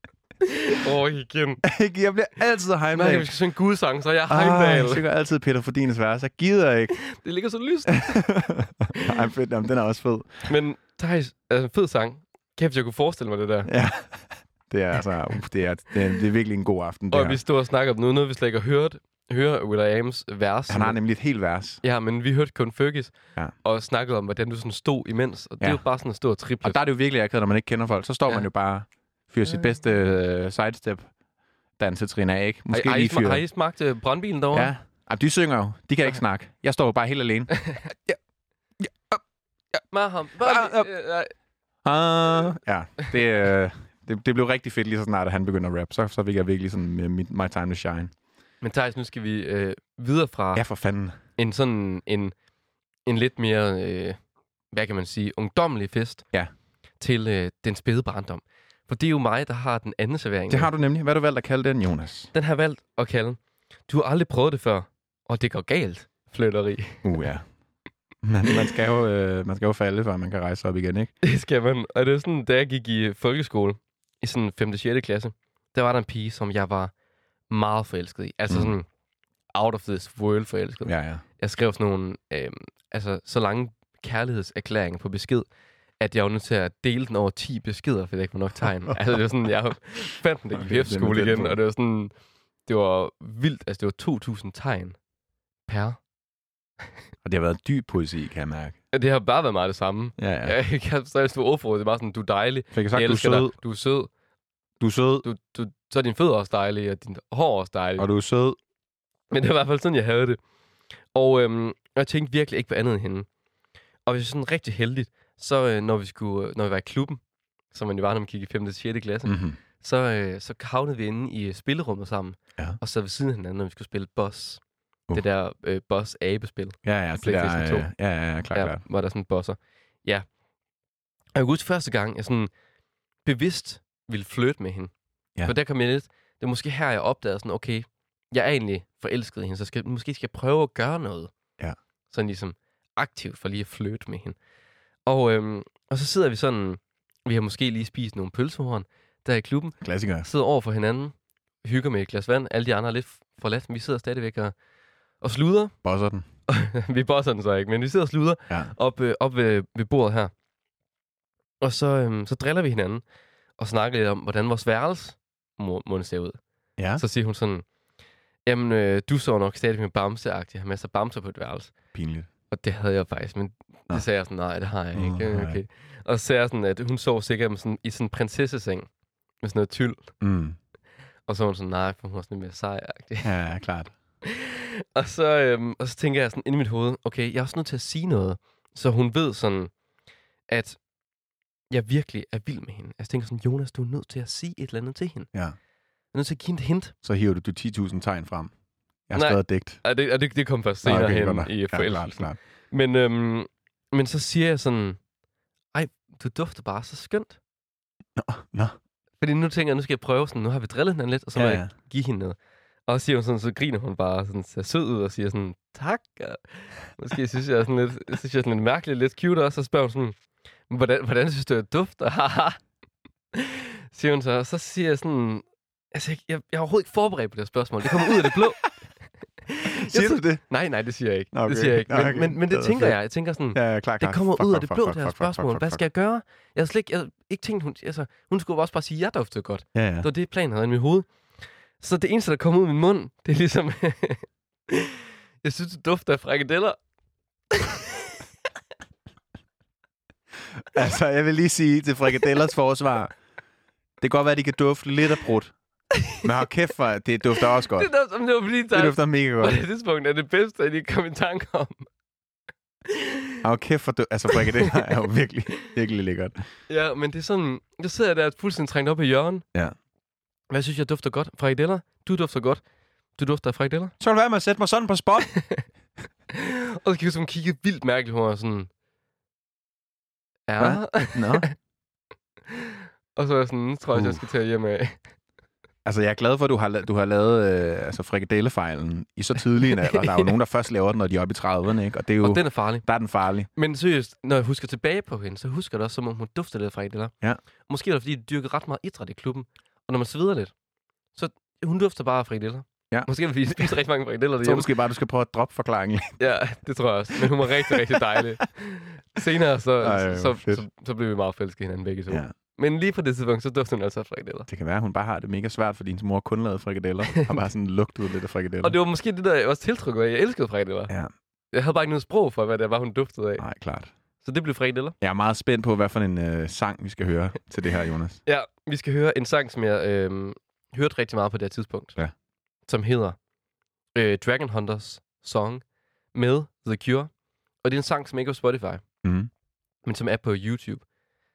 Åh, oh, igen. Jeg bliver altid Heimdall. Nej, vi skal synge gudsang, så er jeg Ah, Heimdall. jeg synger altid Peter Fordines vers. Jeg gider ikke. Det ligger så lyst. Ej, fedt. Jamen, den er også fed. Men Theis, altså en fed sang. Kæft, jeg kunne forestille mig det der. Ja. Det er, altså, uh, det er, det er, det er virkelig en god aften. Det Og her. vi stod og snakkede om noget, noget vi slet ikke har hørt. Høre Will.i.ams vers. Han har nemlig et helt vers. Ja, men vi hørte kun Fergis. Ja. Og snakkede om, hvordan du sådan stod imens. Og det Ja. er jo bare sådan at stå og triple. Og der er det jo virkelig akavet, når man ikke kender folk. Så står Ja. man jo bare fyrer sit bedste uh, sidestep dansetrin af, ikke? Måske har, har, I lige smag, fyret. har I smagt uh, brandbilen derovre? Ja. Jamen, de synger jo. De kan ikke snakke. Jeg står jo bare helt alene. Maham. Ah, ja, det, øh, det, det blev rigtig fedt lige så snart, at han begynder at rap. Så, så fik jeg virkelig sådan med mit, my time to shine. Men Theis, nu skal vi øh, videre fra Ja, for fanden. en sådan en, en lidt mere, øh, hvad kan man sige, ungdommelig fest Ja. til øh, den spæde barndom. For det er jo mig, der har den anden servering. Det har du nemlig. Hvad har du valgt at kalde den, Jonas? Den har jeg valgt at kalde. Du har aldrig prøvet det før, og det går galt. Flytteri. Uh, ja. Man, man, skal jo, øh, man skal jo falde, før man kan rejse op igen, ikke? Det skal man. Og det er sådan, da jeg gik i folkeskole, i sådan femte sjette klasse, der var der en pige, som jeg var meget forelsket i. Altså Mm. sådan out of this world forelsket. Ja, ja. Jeg skrev sådan nogle, øh, altså så lange kærlighedserklæringer på besked, at jeg var nødt til at dele den over ti beskeder, for det ikke var nok tegn. Altså det var sådan, jeg fandt den, da jeg gik i efterskole Den er den igen, på. og det var sådan, det var vildt, altså det var to tusind tegn per. Og det har været dyb poesi, kan jeg mærke. Det har bare været meget det samme. Ja, ja. Jeg kan have stadig stå ord for det. Det er bare sådan, du er dejlig. Fik jeg sagt, Jeg du er elsker sød. dig. Du er sød. Du er sød, Du, du, så er din fødder også dejlig, og din hår også dejlig. og du er sød. Men det var i hvert fald sådan, jeg havde det. Og øhm, jeg tænkte virkelig ikke på andet end hende. Og hvis jeg er sådan rigtig heldigt, så øh, når vi skulle, når vi var i klubben, som man jo var, når man kiggede i femte til sjette klasse, Mm-hmm. så, øh, så havnede vi inde i spillerummet sammen. Ja. Og så ved siden af hinanden, når vi skulle spille boss. Uh. Det der øh, boss-abe-spil. Ja, ja, det der, PlayStation to. øh, ja, ja, klart, Ja, klart. hvor der er sådan bosser. Ja. Jeg kan huske første gang, jeg sådan bevidst ville flirte med hende. Ja. For der kom jeg lidt... Det er måske her, jeg opdagede sådan, okay, jeg er egentlig forelsket i hende, så skal, måske skal jeg prøve at gøre noget. Ja. Sådan ligesom aktivt for lige at flirte med hende. Og, øhm, og så sidder vi sådan... Vi har måske lige spist nogle pølsehorn der i klubben. Klassiker. Sidder over for hinanden, hygger med et glas vand. Alle de andre er lidt forladt, men vi sidder stadigvæk og, og sluder. Bosser den. Vi bosser den så ikke, men vi sidder og sluder Ja. op, øh, op ved, ved bordet her. Og så, øhm, så driller vi hinanden og snakker lidt om, hvordan vores værelse må, må ser ud. Ja. Så siger hun sådan, jamen, øh, du så nok stadig med bamse-agtigt, har masser af bamser på et værelse. Pinligt. Og det havde jeg faktisk, men Nå. det sagde jeg sådan, nej, det har jeg Nå, ikke. nej. Okay. Og så sagde jeg sådan, at hun sov sikkert med sådan, i sådan en prinsesseseng med sådan noget tyld. Mm. Og så var hun sådan, nej, for hun var sådan lidt mere sejagtig. Ja, klart. Og så, øhm, og så tænker jeg sådan inde i mit hoved, okay, jeg er også nødt til at sige noget, så hun ved sådan, at jeg virkelig er vild med hende. Jeg tænker sådan, Jonas, du er nødt til at sige et eller andet til hende. Ja. Jeg er nødt til at give hende et hint. Så hiver du, du ti tusind tegn frem. Jeg har Nej. skrevet et digt. Og det, og det, det kom først Nå, senere okay, hen godt nok. i Ja, klart, forelskelsen. klart. Men, øhm, men så siger jeg sådan, ej, du dufter bare så skønt. Nå, nå. Fordi nu tænker jeg, nu skal jeg prøve sådan, nu har vi drillet hende lidt, og så må Ja, ja, ja. jeg give hende noget. Og så siger hun sådan, så griner hun bare, sådan, ser sød ud og siger sådan, tak. Og måske synes jeg er sådan lidt, synes jeg er sådan lidt mærkeligt, lidt cute også, så spørger hun sådan, hvordan, hvordan synes du, jeg dufter? Haha. Siger hun så, og så siger jeg sådan, altså, jeg, jeg, jeg er overhovedet ikke forberedt på det her spørgsmål. Det kommer ud af det blå. Siger du det? Nej, nej, det siger jeg ikke. Okay. Det siger jeg ikke. Men, Nå, okay. men, men Det det er tænker fedt. jeg. Jeg tænker sådan, Ja, ja, klar, klar. det kommer Fuck, ud af fuck, det blå, fuck, det her fuck, fuck, fuck, spørgsmål. fuck, Hvad fuck. skal jeg gøre? Jeg har slet ikke, jeg havde ikke tænkt, hun, altså, hun skulle også bare sige, at jeg duftede godt. Ja, ja. Det var det, planen havde i mit hoved. Så det eneste, der kom ud af min mund, det er ligesom... jeg synes, det dufter af frikadeller. Altså, jeg vil lige sige til frikadellers forsvar, det kan godt være, at de kan dufte lidt af brudt. Men hold kæft for, det dufter også godt. Det, dufter, det var fordi, der Det dufter mega på godt. det tidspunkt er det bedste, jeg lige kom i tanke om. Hold kæft for, du- altså frikadeller er jo virkelig, virkelig lækkert. Ja, men det er sådan... Jeg sidder der fuldstændig trængt op i hjørnet. Ja. Hvad synes jeg dufter godt? Frikadeller? Du dufter godt. Du dufter af frikadeller? Så vil det være med at sætte mig sådan på spot. Og så kan hun kigge vildt mærkeligt på mig sådan... Ja. Nå. Og så er jeg sådan, nu tror jeg, uh. jeg skal tage hjem af. Altså, jeg er glad for, at du har, la- du har lavet øh, altså, frikadellefejlen i så tidlig en alder. Der er jo nogen, der først laver den, når de er oppe i trediverne, ikke? Og det er jo... Og den er farlig. Der er den farlig. Men seriøst, når jeg husker tilbage på hende, så husker jeg det også, som om hun duftede lidt af frikadeller. Ja. Måske var det, fordi de dyrkede ret meget idræt i klubben. Og når man sveder lidt, så hun dufter bare af frikadeller. Ja. Måske er det, fordi de spiser rigtig mange frikadeller Så derhjemme. måske bare, du skal prøve at droppe forklaringen. Ja, det tror jeg også. Men hun var rigtig, rigtig dejlig. Senere, så, Ej, så, fedt. så, så blev vi meget forelskede hinanden begge to. Ja. Men lige på det tidspunkt, så duftede hun altså af frikadeller. Det kan være, at hun bare har det mega svært, fordi hendes mor kun lavede frikadeller. Har bare sådan lugtet ud lidt af frikadeller. Og det var måske det, der jeg også tiltrykket af. Jeg elskede frikadeller. Ja, Jeg havde bare ikke noget sprog for, hvad det var, hun duftede af. nej, klart. Så det blev frikadeller. Jeg er meget spændt på, hvad for en øh, sang, vi skal høre til det her, Jonas. Ja, vi skal høre en sang, som jeg øh, hørte rigtig meget på det her tidspunkt. Ja. Som hedder øh, Dragon Hunters Song med The Cure. Og det er en sang, som ikke er på Spotify, Mm. men som er på YouTube.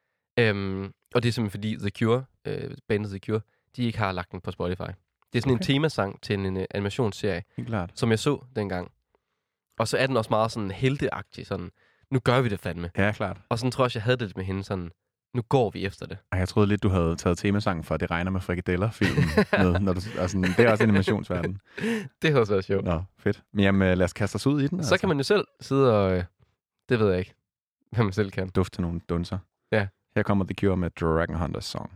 Øhm, og det er simpelthen fordi The Cure, øh, bandet The Cure, de ikke har lagt den på Spotify. Det er sådan okay. en temasang til en uh, animationsserie, Helt klart. som jeg så dengang. Og så er den også meget sådan helteagtig, sådan, nu gør vi det fandme. Ja, klart. Og sådan tror jeg også, jeg havde det lidt med hende, sådan, nu går vi efter det. Ej, jeg troede lidt, du havde taget temasangen for Det regner med frikadeller-filmen med. Når du, altså, det er også en animationsverden. Det har også været sjovt. Nå, fedt. Men jamen, lad os kaste os ud i den. Så kan man jo selv sidde og, øh, det ved jeg ikke, hvad man selv kan. dufte til nogle dunser. Ja. Her kommer The Cure med Dragon Hunters Song.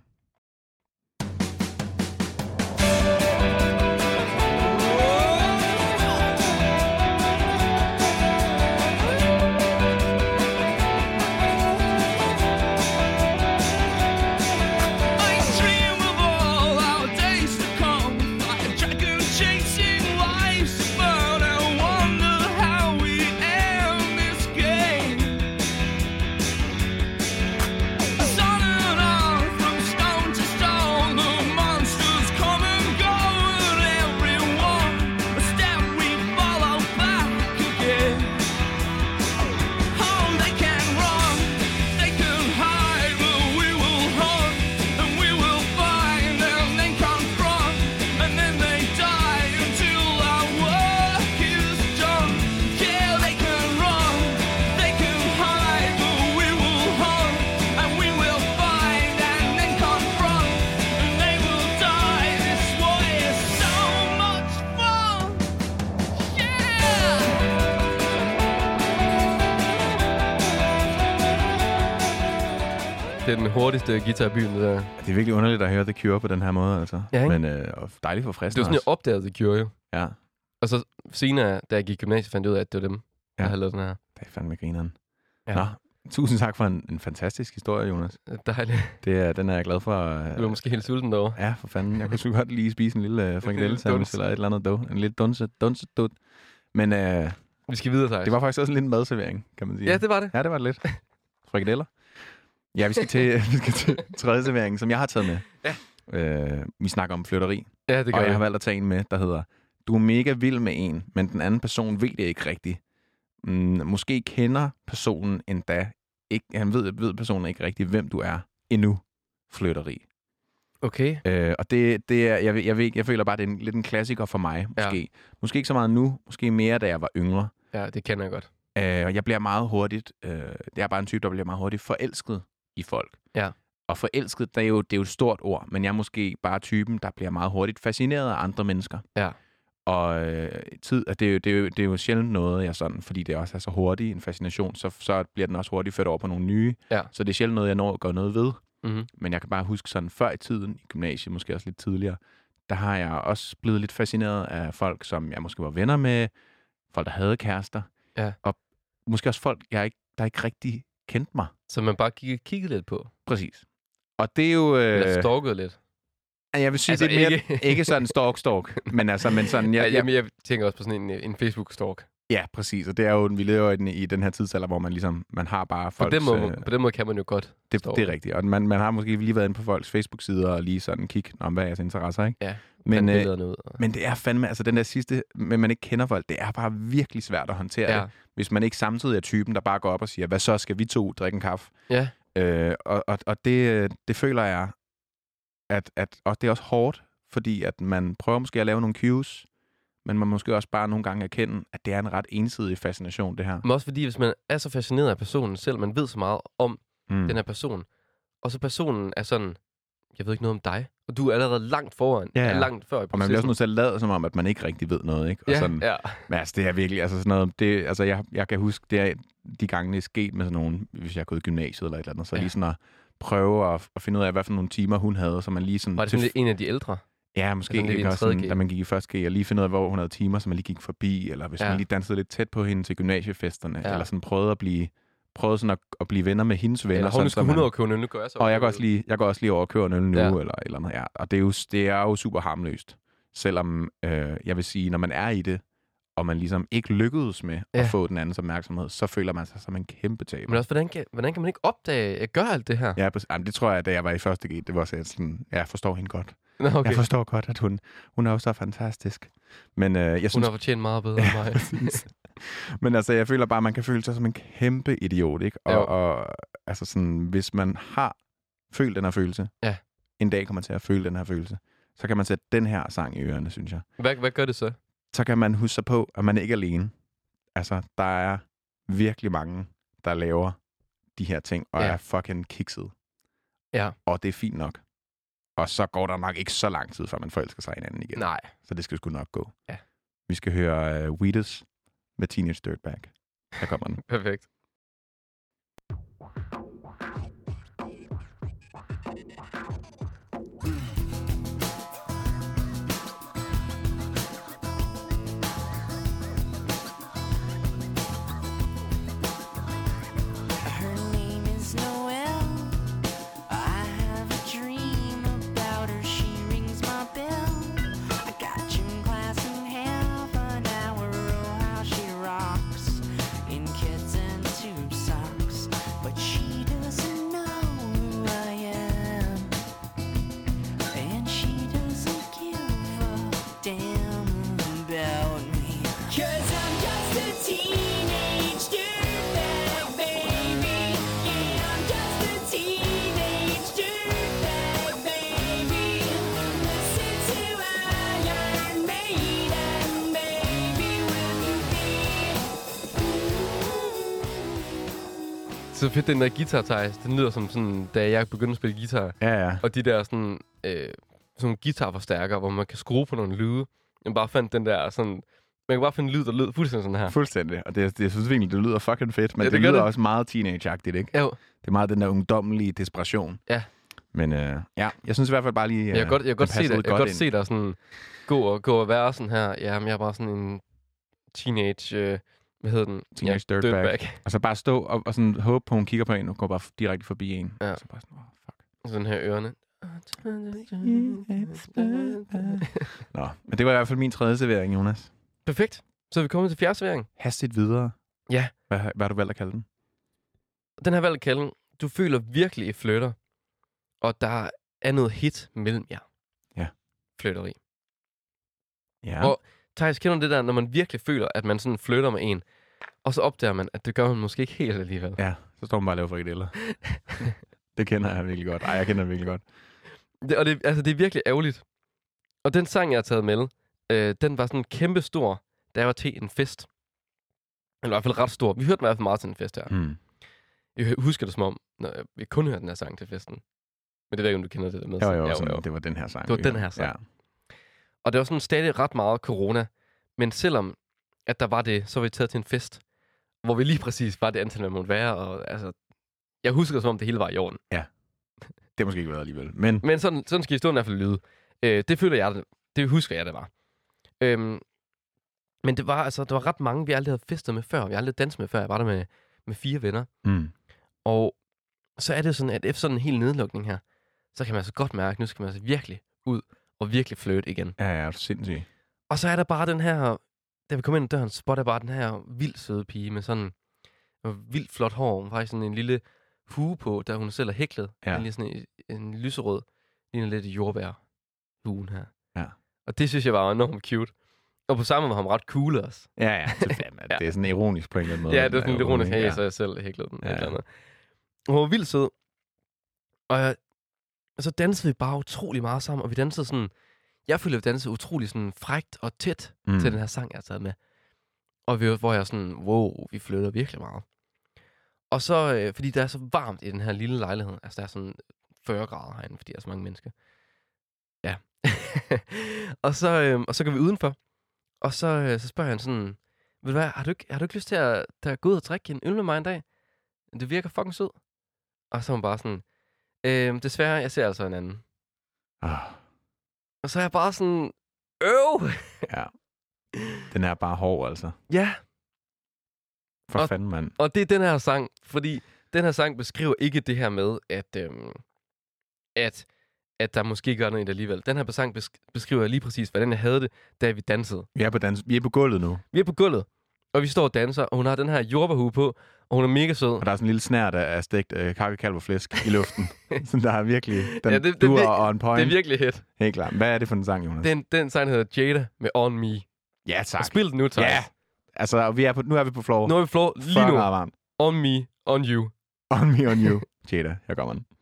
Started off from det er den hurtigste guitar i byen, det der. Det er virkelig underligt at høre The Cure på den her måde, altså. Ja, ikke? Men øh, og dejligt forfriskende. Det var sådan, jeg opdagede The Cure, jo. Ja. Og så senere, da jeg gik i gymnasiet, fandt jeg ud af, at det var dem, Ja. der havde lavet den her. Det er fandme grineren. Ja. Nå, tusind tak for en, en fantastisk historie, Jonas. Dejligt. Det er, den er jeg glad for. Du var måske helt sulten derovre. Ja, for fanden. Jeg kunne sgu godt lige spise en lille uh, frikadelle duns. eller et eller andet dough. En lille dunse, dunse dut. Men uh, Vi skal videre, Thijs. det var faktisk også en lille madservering, kan man sige. Ja, det var det. Ja, det var det lidt. Frikadeller. Ja, vi skal til, vi skal til tredje servering, som jeg har taget med. Ja. Uh, vi snakker om flytteri. Ja, det gør Og jeg vi. har valgt at tage en med, der hedder, du er mega vild med en, men den anden person ved det ikke rigtigt. Mm, måske kender personen endda ikke, han ved, ved personen ikke rigtigt, hvem du er endnu. Flytteri. Okay. Øh, og det, det er, jeg, jeg, ved, jeg føler bare, det er en, lidt en klassiker for mig, måske. Ja. Måske ikke så meget nu, måske mere, da jeg var yngre. Ja, det kender jeg godt. Øh, og jeg bliver meget hurtigt, øh, jeg er bare en type, der bliver meget hurtigt forelsket i folk. Ja. Og forelsket, det er, jo, det er jo et stort ord, men jeg er måske bare typen, der bliver meget hurtigt fascineret af andre mennesker. Ja. Og øh, tid, det, er jo, det, er jo, det er jo sjældent noget, jeg sådan, fordi det også er så hurtigt en fascination, så, så bliver den også hurtigt ført over på nogle nye. Ja. Så det er sjældent noget, jeg når at gøre noget ved. Mm-hmm. Men jeg kan bare huske sådan, før i tiden, i gymnasiet, måske også lidt tidligere, der har jeg også blevet lidt fascineret af folk, som jeg måske var venner med, folk, der havde kærester, Ja. og måske også folk, jeg ikke, der ikke rigtig kendte mig. Så man bare kiggede, kiggede lidt på. Præcis. Og det er jo... Eller Øh, stalkede lidt. jeg vil sige, Altså, det er mere, ikke- ikke sådan stalk-stalk, men altså, men sådan... Ja, Jeg, jeg, jamen, jeg tænker også på sådan en, en Facebook-stalk. ja, præcis. Og det er jo, vi lever i den, i den her tidsalder, hvor man ligesom, man har bare På folks... den, måde, øh, på den måde kan man jo godt det, stalke. det er rigtigt. Og man, man har måske lige været inde på folks Facebook-sider og lige sådan kigge, om hvad er jeres interesser, ikke? Ja, Men, øh, billederne ud. Og... men det er fandme, altså den der sidste, men man ikke kender folk, det er bare virkelig svært at håndtere Ja. det, hvis man ikke samtidig er typen, der bare går op og siger, hvad så, skal vi to drikke en kaffe? Ja. Øh, og og, og det, det føler jeg, at, at og det er også hårdt, fordi at man prøver måske at lave nogle cues, men man måske også bare nogle gange erkende, at det er en ret ensidig fascination, det her. Men også fordi, hvis man er så fascineret af personen selv, man ved så meget om Mm. den her person, og så personen er sådan, jeg ved ikke noget om dig, og du er allerede langt foran, Ja, ja. er langt før i Og man bliver processen. også nødt til at lade som om, at man ikke rigtig ved noget, ikke? Og Ja, sådan, ja. Men altså, det er virkelig, altså sådan noget, det, altså jeg, jeg kan huske, det er de gange, det er sket med sådan nogen, hvis jeg er gået i gymnasiet eller et eller andet, så Ja. lige sådan at prøve at, at finde ud af, hvad for nogle timer hun havde, så man lige sådan... Var det sådan lidt en af de ældre? Ja, måske sådan lidt i ikke en også tredje sådan, G? da man gik i første G, og lige finde ud af, hvor hun havde timer, så man lige gik forbi, eller hvis Ja. ja. man lige dansede lidt tæt på hende til gymnasiefesterne, Ja. ja. eller sådan prøvede at blive, prøvede sådan at, at blive venner med hendes venner. Eller sådan, hun så skulle man- hundrede købe en øl, nu gør jeg så. og jeg går, også lige, jeg går også lige over og køber en øl nu, Ja. ja. eller et eller andet. Ja. Og det er, jo, det er jo super harmløst. Selvom, øh, jeg vil sige, når man er i det, og man ligesom ikke lykkedes med Ja. at få den andens opmærksomhed, så føler man sig som en kæmpe taber. Men også, hvordan kan, hvordan kan man ikke opdage, at jeg gør alt det her? Ja, præcis. Jamen, det tror jeg, da jeg var i første G, det var så sådan, ja, jeg forstår hende godt. Nå, okay. Jeg forstår godt, at hun, hun er jo så fantastisk. Men øh, jeg Hun synes... har fortjent meget bedre end mig. Men altså, jeg føler bare, at man kan føle sig som en kæmpe idiot, ikke? Jo. Og, og altså sådan, hvis man har følt den her følelse, Ja. en dag kommer man til at føle den her følelse, så kan man sætte den her sang i ørerne, synes jeg. Hvad, hvad gør det så? Så kan man huske sig på, at man ikke er alene. Altså, der er virkelig mange, der laver de her ting, og Ja. er fucking kikset. Ja. Og det er fint nok. Og så går der nok ikke så lang tid, før man forelsker sig i hinanden igen. Nej. Så det skal sgu nok gå. Ja. Vi skal høre uh, Weeders med Teenage Dirtbag. Her kommer den. Perfekt. Her name is Noelle. I have a dream about her. She rings my bell. I got gym class in half an hour. Oh, how she rocks in kids and tube socks. But she doesn't know who I am, and she doesn't give a damn about me. 'Cause I'm just a teenage dirtbag, baby. Yeah, I'm just a teenage dirtbag, baby. Listen to Iron Maiden, baby, will you be? Så fedt, den der guitar, Thijs. Den lyder som sådan, da jeg begyndte at spille guitar. Ja, ja. Og de der sådan, øh, sådan guitarforstærkere, hvor man kan skrue på nogle lyde. Jeg bare fandt den der sådan Man kan bare finde lyd, der lyder fuldstændig sådan her. Fuldstændig. Og det, det, jeg synes virkelig, det lyder fucking fedt, men Ja, det, det det lyder det. også meget teenage-agtigt, ikke? Jo. Det er meget den der ungdommelige desperation. Ja. Men øh, ja, jeg synes i hvert fald bare lige... Øh, Jeg kan godt, jeg kan godt se passer dig, lidt jeg kan godt ind. se dig sådan gå og, gå og være sådan her. Jamen, jeg er bare sådan en teenage... Øh, hvad hedder den? Teenage ja, dirtbag. dirtbag. Og så bare stå og, og sådan håbe på, hun kigger på en, og går bare direkte forbi en. Ja. Så bare sådan, oh, fuck. Sådan her ørerne. Nå, men det var i hvert fald min tredje servering, Jonas. Perfekt. Så er vi kommet til fjerde servering. Hastigt videre. Ja. Hvad, hvad har du valgt at kalde den? Den her valgt at kalde den, du føler virkelig et flytter, og der er noget hit mellem jer. Ja. Flytteri. Ja. Og Thijs, kender du det der, når man virkelig føler, at man sådan flytter med en, og så opdager man, at det gør man måske ikke helt alligevel. Ja, så står man bare og laver frikadeller. Det kender jeg virkelig godt. Ej, jeg kender det virkelig godt. Det, og det, altså, det er virkelig ærgerligt. Og den sang, jeg har taget med, øh, den var sådan kæmpe stor, da jeg var til en fest. Eller i hvert fald ret stor. Vi hørte den i hvert fald meget til en fest her. Hmm. Jeg husker det som om, når vi kun hørte den her sang til festen. Men det ved jeg ikke, om du kender det der med. Jeg var jo Ja, sådan, det var den her sang. Det var vi den hørte. her sang. Ja. Og det var sådan stadig ret meget corona. Men selvom at der var det, så var vi taget til en fest, hvor vi lige præcis var det antal, man måtte være. Og, altså, jeg husker det som om, det hele var i orden. Det har måske ikke været alligevel. Men Men sådan, sådan skal historien i hvert fald lyde. Øh, det føler jeg, det, det husker jeg, det var. Øhm, men det var altså, der var ret mange, vi aldrig havde festet med før. Vi har aldrig danset med før. Jeg var der med, med fire venner. mm. Og så er det sådan, at efter sådan en hel nedlukning her, så kan man altså godt mærke, at nu skal man altså virkelig ud og virkelig flirte igen. ja, ja, det er sindssygt. Og så er der bare den her, da vi kom ind ad døren, så er bare den her vildt søde pige med sådan vildt flot hår. Hun har faktisk sådan en lille hue på, der hun selv har hæklet. Ja. En, lille sådan en, en lyserød, ligner lidt jordbær huen her. Ja. Og det synes jeg var enormt cute. Og på samme måde var han ret cool også. Ja, ja, det, fandme, Ja. det er sådan ironisk på en eller anden måde. Ja, det er sådan lidt ironisk, ja. hey, så jeg selv hæklet den. Ja. Ja. Eller andet. Hun var vildt sød. Og, jeg, og så dansede vi bare utrolig meget sammen, og vi dansede sådan, jeg følte, at vi dansede utrolig sådan frækt og tæt Mm. mm. til den her sang, jeg har taget med. Og vi, hvor jeg sådan, wow, vi flytter virkelig meget. Og så, øh, fordi der er så varmt i den her lille lejlighed, altså der er sådan fyrre grader herinde, fordi der er så mange mennesker. Ja. og, så, øh, og så går vi udenfor, og så, øh, så spørger han sådan, ved du hvad, har du ikke, har du ikke lyst til at, til at gå ud og drikke en øl med mig en dag? Det virker fucking sød. Og så er hun bare sådan, øh, desværre, jeg ser altså en anden. Ah, Og så er jeg bare sådan, øv! ja. Den er bare hård, altså. Ja, For Og- fanden, mand. og det er den her sang, fordi den her sang beskriver ikke det her med, at, øhm, at, at der måske gør noget alligevel. Den her sang besk- beskriver lige præcis, hvordan jeg havde det, da vi dansede. Vi er på, dans- vi er på gulvet nu, Vi er på gulvet, og vi står og danser, og hun har den her jordbærhue på, og hun er mega sød. og der er sådan en lille snært af af stegt øh, kakkekalv kalv og flæsk i luften. Så der er virkelig... Den Ja, ja, det- det- det, du det- er on point. Det er virkelig hit. Helt klart. Hvad er det for en sang, Jonas? Den, den sang hedder Jada med On Me. Ja, Og tak. spil den nu, Thijs. Ja. Altså, vi er på, nu er vi på floor. Nu er vi flår lige Fuck nu. meget varmt. On Me, On You. On me, on you. Jada, her kommer den.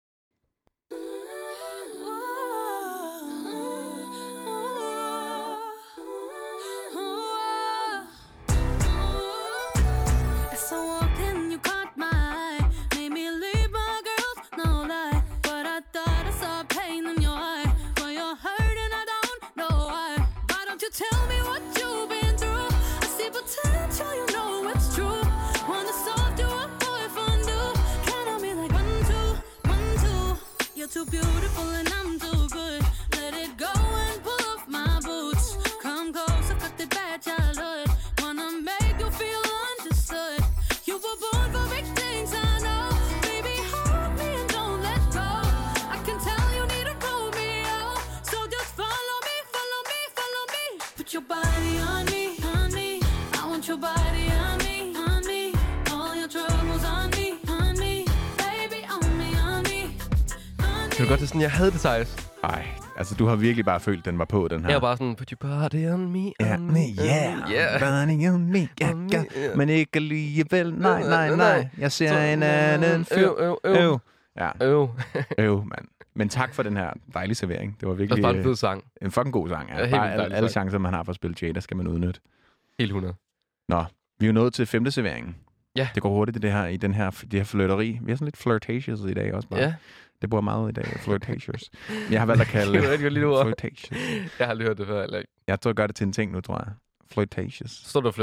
As I walked in, you caught my eye. Made me leave my girls, no lie. But I thought I saw pain in your eye. But you're hurting, I don't know why. Why don't you tell me what you've been through? I see potential, you know it's true. Wanna solve you up, boy, fondue. Count on me like one, two, one, two. You're too beautiful and I'm too good. Let it go and pull off my boots. Come closer, cut the bad childhood. Wanna make you feel understood. You were born for big things, I know. Baby, hold me and don't let go. I can tell you need to grow me out. So just follow me, follow me, follow me. Put your body on me, on me. I want your body on me, on me. All your troubles on me, on me. Baby, on me, on me, on me. Kan du godt, det er sådan, jeg havde det, Thijs. Ej, altså du har virkelig bare følt, den var på, den her. Jeg var bare sådan, put your body on me, on Ja, me, me, on yeah, me. Yeah. Burning on me, ja, On me, ja. yeah. Men ikke alligevel, nej, nej, Nej, nej. nej. Jeg ser Så- en anden fyr. Øv, øv, øv. Øv. Ja, Øv. øv, mand. Men tak for den her dejlige servering. Det var Det virkelig var bare en øh, fed sang. en fucking god sang. Ja. Ja, helt Bare vildt alle, dejlig alle sang. chancer, man har for at spille Jada, skal man udnytte. Helt hundrede. Nå, vi er jo nået til femte serveringen. Ja. Det går hurtigt, det her, i den her, det her flirteri. Vi er sådan lidt flirtatious i dag også bare. Ja. Det bruger meget i dag, flirtatious. Jeg har valgt at kalde Det var et rigtig godt lille ord. flirtatious. Jeg har aldrig hørt det før, eller ikke? Jeg tror, jeg gør det til en ting nu, tror jeg. Flirtatious. Står du,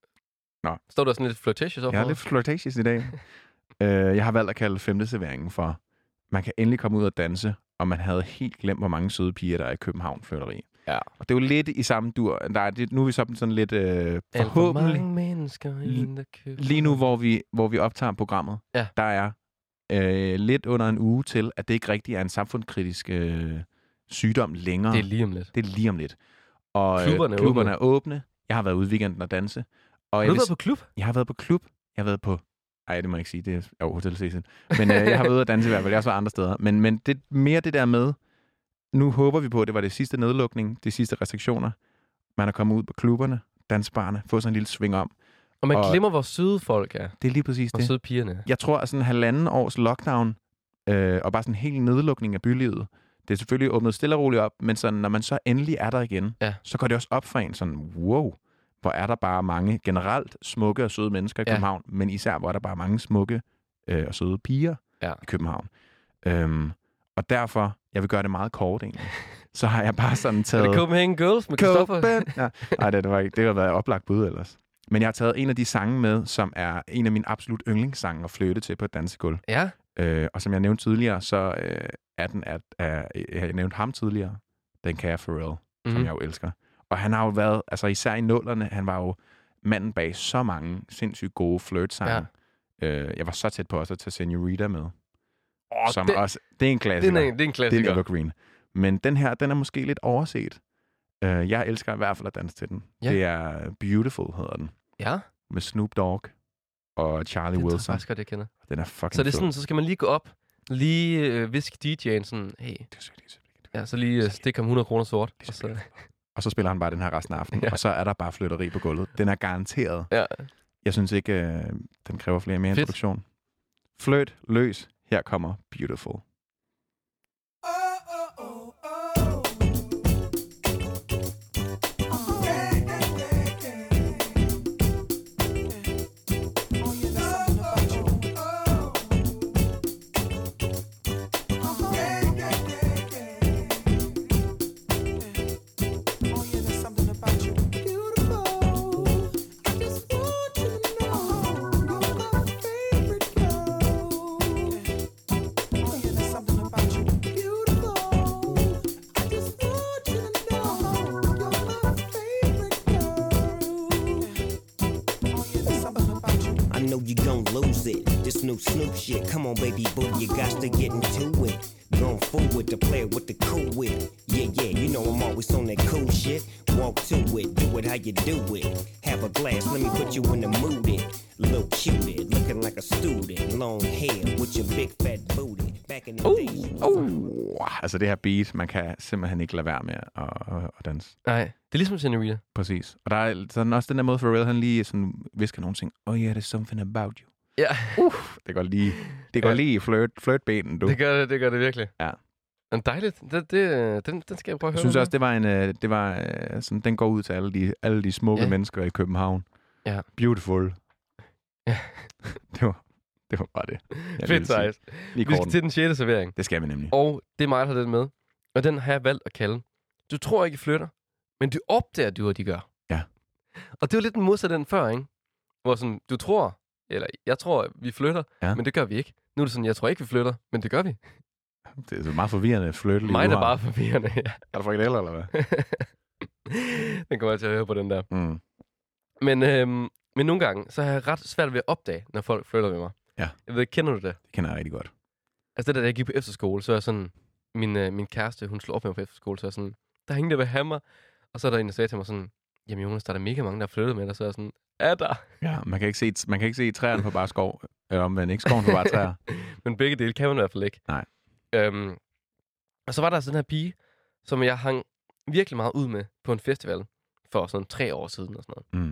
fl- Nå. Står du sådan lidt flirtatious overfor? Jeg er lidt flirtatious i dag. uh, jeg har valgt at kalde femte serveringen for, man kan endelig komme ud og danse, og man havde helt glemt, hvor mange søde piger, der er i København Flirteri. Ja. Og det er jo lidt i samme dur. Der er, det, nu er vi sådan, sådan lidt øh, forhåbentlig... mennesker i den der København. Lige nu, hvor vi, hvor vi optager programmet, ja. der er øh, lidt under en uge til, at det ikke rigtig er en samfundskritisk øh, sygdom længere. Det er lige om lidt. Det er lige om lidt. Og klubberne, øh, klubberne er åbne. Jeg har været ude i weekenden og danse. Og har jeg du vil, været på klub? Jeg har været på klub. Jeg har været på... Ej, det må jeg ikke sige. Det er jo Hotel Cecil. Men øh, jeg har været ude og danse i hvert fald. Jeg har også været andre steder. Men, men det mere det der med... Nu håber vi på, at det var det sidste nedlukning, de sidste restriktioner. Man er kommet ud på klubberne, dansbarne, få sådan en lille sving om. Og man og glemmer, hvor søde folk er. Det er lige præcis hvor det. Hvor søde pigerne. Jeg tror, at sådan en halvanden års lockdown, øh, og bare sådan en hel nedlukning af bylivet, det er selvfølgelig åbnet stille og roligt op, men sådan, når man så endelig er der igen, ja. så går det også op for en sådan, wow, hvor er der bare mange generelt smukke og søde mennesker i ja. København, men især hvor er der bare mange smukke øh, og søde piger ja. i København. Øhm, og derfor, jeg vil gøre det meget kort egentlig, så har jeg bare sådan taget... Er det Copenhagen Girls med Christoffer? Ja. Nej, det, det var ikke. Det har været oplagt bud ellers. Men jeg har taget en af de sange med, som er en af mine absolut yndlingssange at flytte til på et dansegulv. Ja. Øh, og som jeg nævnte tidligere, så øh, er den, at, at, at jeg nævnte ham tidligere, den kan jeg Pharrell, mm-hmm. som jeg jo elsker. Og han har jo været, altså især i nullerne, han var jo manden bag så mange sindssygt gode flirt-sange. Ja. Øh, jeg var så tæt på også at tage Senorita med. Oh, som det, også, det er en klassiker. Det er en, det er en klassiker. Det er en evergreen. Men den her, den er måske lidt overset. Uh, jeg elsker i hvert fald at danse til den. Ja. Det er Beautiful, hedder den. Ja. Med Snoop Dogg og Charlie den Wilson. Den tror jeg det kender. Den er fucking Så det er fed. sådan, så skal man lige gå op, lige øh, viske D J'en sådan, hey. Ja, så lige øh, stikke ham hundrede kroner sort. Og så... og så spiller han bare den her resten af aftenen. Ja. Og så er der bare flytteri på gulvet. Den er garanteret. Ja. Jeg synes ikke, øh, den kræver flere mere introduktion. Flirt, løs. Her kommer Beautiful. Snoop shit, come on baby boo, you got to get into it. Going forward to play with the cool wit. Yeah, yeah, you know I'm always on that cool shit. Walk to it, do it how you do it. Have a glass, let me put you in the mood it. Little cutie, looking like a student. Long hair with your big fat booty. Back in the uh, days. Uh, altså det her beat, man kan simpelthen ikke lade være med at, at, at danse. Nej, det er ligesom Senorita. Præcis. Og der er sådan også den der måde, Pharrell han lige sådan visker nogle ting. Oh yeah, there's something about you. Ja. Uh, det går lige, det går ja. lige i flirt, flirtbenen, du. Det gør det, det gør det virkelig. Ja. Men dejligt. Det, det, den, den skal jeg prøve at høre. Jeg synes også, det var en, det var sådan, den går ud til alle de, alle de smukke ja. mennesker i København. Ja. Beautiful. Ja. det var, det var bare det. Fedt sejt. Vi skal til den sjette servering. Det skal vi nemlig. Og det er mig, der har den med. Og den har jeg valgt at kalde. Du tror ikke, I flytter, men du opdager, du, hvad de gør. Ja. Og det var lidt en modsat den før, ikke? Hvor sådan, du tror, eller jeg tror, vi flytter, ja. Men det gør vi ikke. Nu er det sådan, jeg tror ikke, vi flytter, men det gør vi. Det er så meget forvirrende flytte lige mig er bare forvirrende, ja. Er du frikadeller, eller hvad? Den kommer jeg til at høre på, den der. Mm. Men, øhm, men nogle gange, så har jeg ret svært ved at opdage, når folk flytter med mig. Ja. Jeg ved, kender du det? Det kender jeg rigtig godt. Altså det der, da jeg gik på efterskole, så er sådan, min, øh, min kæreste, hun slog op med mig på efterskole, så er sådan, der er ingen, der vil have mig. Og så er der en, der sagde til mig sådan, jamen Jonas, der er der mega mange, der har flyttet med dig. Så er jeg sådan, er der? Ja, man kan ikke se, man kan ikke se træerne på bare skov. Eller men ikke skoven på bare træer. Men begge dele kan man i hvert fald ikke. Nej. Øhm, og så var der sådan en her pige, som jeg hang virkelig meget ud med på en festival for sådan tre år siden og sådan noget. Mm.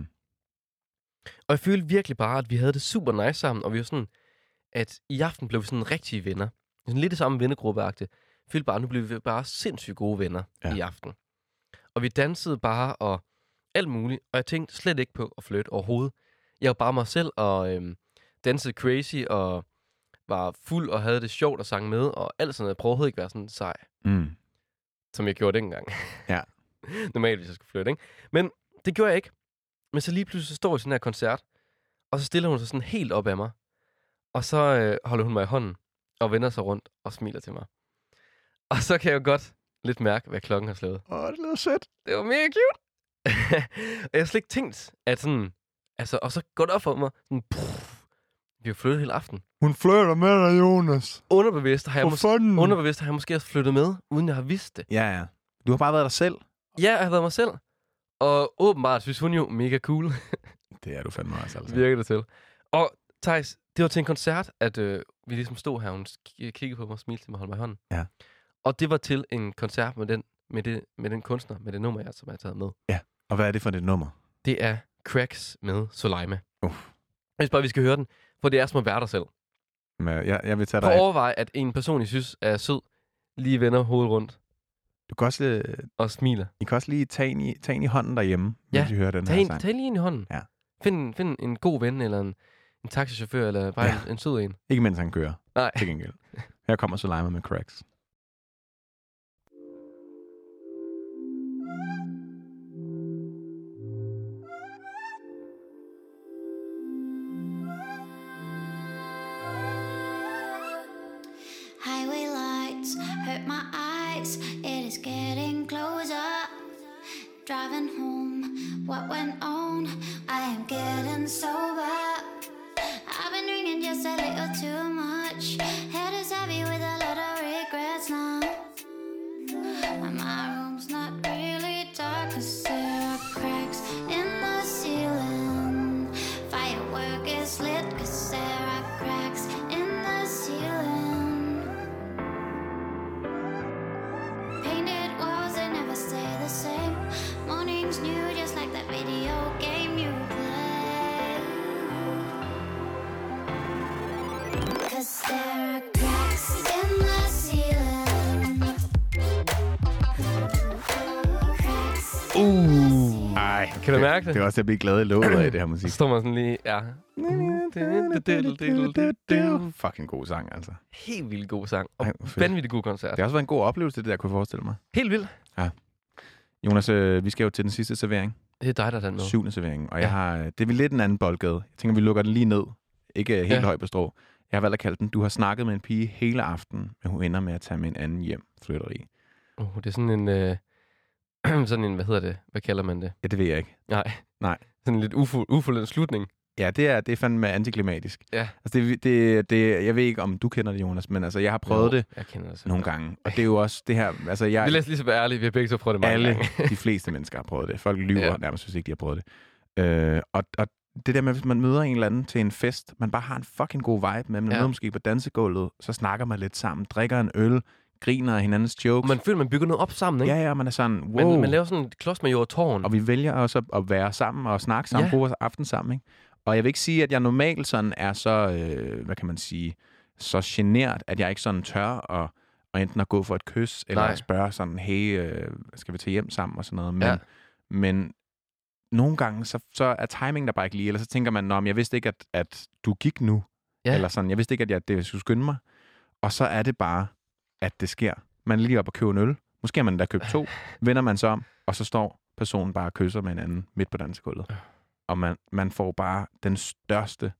Og jeg følte virkelig bare, at vi havde det super nice sammen, og vi var sådan, at i aften blev vi sådan rigtige venner. Sådan lidt det samme vennegruppe-agtigt. Jeg følte bare, at nu blev vi bare sindssygt gode venner ja. i aften. Og vi dansede bare og alt muligt, og jeg tænkte slet ikke på at flytte overhovedet. Jeg var bare mig selv og øhm, dansede crazy og var fuld og havde det sjovt og sang med, og alt sådan noget. Jeg prøvede ikke at være sådan sej, mm. som jeg gjorde dengang. Ja. Normalt, hvis jeg skulle flytte, ikke? Men det gjorde jeg ikke. Men så lige pludselig så står jeg i sådan her koncert, og så stiller hun sig sådan helt op af mig. Og så øh, holder hun mig i hånden, og vender sig rundt og smiler til mig. Og så kan jeg jo godt lidt mærke, hvad klokken har slået. Åh, det lyder sødt. Det var mega cute. Og jeg har slet ikke tænkt, at sådan... Altså, og så går det op for mig. Sådan, pff, vi har flyttet hele aften. Hun flytter med dig, Jonas. Underbevidst har, jeg For mås- fanden. underbevidst har jeg måske også flyttet med, uden jeg har vidst det. Ja, ja. Du har bare været dig selv. Ja, jeg har været mig selv. Og åbenbart synes hun jo mega cool. Det er du fandme også, altså. Virker det til. Og Theis, det var til en koncert, at øh, vi ligesom stod her, hun k- kiggede på mig og smilte til mig og holdt mig i hånden. Ja. Og det var til en koncert med den, med det, med den kunstner, med det nummer, jeg, som jeg har taget med. Ja, og hvad er det for et nummer? Det er Cracks med Soleima. Uh. Jeg synes bare, vi skal høre den, for det er som at være dig selv. Men jeg, jeg vil tage Prøv dig at overveje, at en person, I synes er sød, lige vender hovedet rundt Du kan også, øh, og smiler. I kan også lige tage en i, tage en i hånden derhjemme, Ja, hvis I hører den Tag her en, sang. tag lige en i hånden. Ja. Find, find en god ven, eller en, en taxichauffør, eller bare Ja. en, en sød en. Ikke mens han kører, Nej. til gengæld. Her kommer Soleima med Cracks. Highway lights hurt my eyes. It is getting closer. Driving home, what went on? I am getting sober. I've been drinking just a little too much. Head is heavy with a lot of regrets now. And my room's not really dark, 'cause there are cracks in the ceiling. Firework is lit, 'cause there are cracks in the ceiling. Painted walls, they never stay the same. Mornings new, just like that video game you play. 'Cause there are cracks in the ceiling. Cracks Uh. Ej, Kan du mærke det? Det er også til at blive glad i låget af det her musik. Så står man sådan lige, ja. Fucking god sang, altså. Helt vildt god sang. Og Ej, hvor fedt. vanvittig god koncert. Det har også været en god oplevelse, det der, kunne jeg forestille mig. Helt vildt. Jonas, øh, vi skal jo til den sidste servering. Det er dig, der er den med. Syvende servering. Og Ja. jeg har, det er vel lidt en anden boldgade. Jeg tænker, vi lukker den lige ned. Ikke helt Ja. højt på strå. Jeg har valgt at kalde den, du har snakket med en pige hele aften, men hun ender med at tage med en anden hjem. Flytteri. Uh, det er sådan en, øh, sådan en, hvad hedder det? Hvad kalder man det? Ja, det ved jeg ikke. Nej. Nej. Sådan en lidt ufo, ufuldendt slutning. Ja, det er, det er fandme antiklimatisk. Ja. Altså, det, det, det, jeg ved ikke, om du kender det, Jonas, men altså, jeg har prøvet Jo, det jeg kender det nogle gange. Og det er jo også det her, altså jeg... Vi lader lige så være ærlige, vi har begge så prøvet det mange alle, gange. de fleste mennesker har prøvet det. Folk lyver Ja. ja. nærmest, hvis ikke de har prøvet det. Øh, og, og det der med, hvis man møder en eller anden til en fest, man bare har en fucking god vibe med, man Ja. møder måske på dansegulvet, så snakker man lidt sammen, drikker en øl, griner af hinandens jokes. Man føler, man bygger noget op sammen, ikke? Ja, ja, man er sådan, wow. Man, man laver sådan et klodsmajor-tårn. Og vi vælger også at, at være sammen og snakke sammen, Ja. ja. bruge vores aften sammen, ikke? Og jeg vil ikke sige, at jeg normalt sådan er så, øh, hvad kan man sige, så genert, at jeg ikke sådan tør at, at enten at gå for et kys, eller Nej. at spørge sådan, hey, øh, skal vi tage hjem sammen og sådan noget. Men, Ja. ja. men nogle gange, så, så er timingen der bare ikke lige, eller så tænker man, nå, men jeg vidste ikke, at, at du gik nu. Ja. Eller sådan, jeg vidste ikke, at jeg det skulle skynde mig. Og så er det bare, at det sker. Man er lige op og køber en øl. Måske har man da købt to. Vender man så om, og så står personen bare og kysser med hinanden midt på dansegulvet. Og man, man får bare den største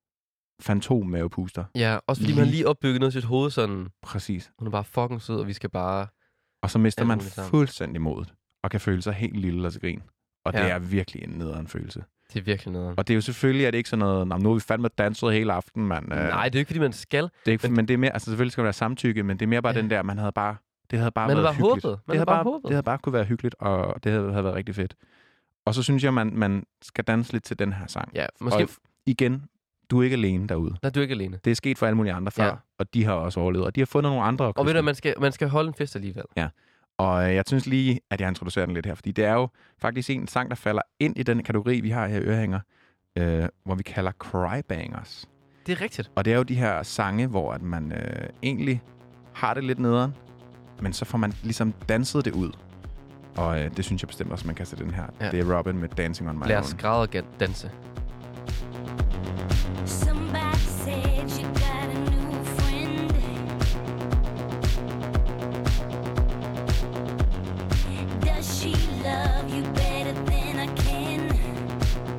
fantommavepuster. Ja, også fordi man lige opbygget noget i sit hoved sådan, Præcis. hun er bare fucking sød, og vi skal bare... Og så mister Alt man muligt sammen. fuldstændig modet, og kan føle sig helt lille og til grin. Og det Ja. er virkelig en nederen følelse. Det er virkelig noget. Og det er jo selvfølgelig, at det ikke sådan noget, "Nå, nu har vi fandme danset hele aften, mand. Nej, det er jo ikke, fordi man skal. Det er ikke, men- men, men det er mere, altså selvfølgelig skal der være samtykke, men det er mere bare Ja. ja. den der, man havde bare, det havde bare Man havde været bare hyggeligt. håbet. Man det, havde havde bare bare, håbet. det havde bare kunne være hyggeligt, og det havde, havde været rigtig fedt. Og så synes jeg, man, man skal danse lidt til den her sang. Ja, måske... Og igen, du er ikke alene derude. Nej, du er ikke alene. Det er sket for alle mulige andre før, Ja. ja. og de har også overlevet, og de har fundet nogle andre. at Og ved kysse du, man skal, man skal holde en fest alligevel. Og øh, jeg synes lige, at jeg introducerer den lidt her, fordi det er jo faktisk en sang, der falder ind i den kategori, vi har her i Ørehænger, øh, hvor vi kalder crybangers. Det er rigtigt. Og det er jo de her sange, hvor at man øh, egentlig har det lidt nederen, men så får man ligesom danset det ud. Og øh, det synes jeg bestemt også, man kan sætte den her. Ja. Ja. Det er Robin med Dancing on My Lad Own. os græde og gan- danse. Somebody said you got a new friend. Does she love you better than I can?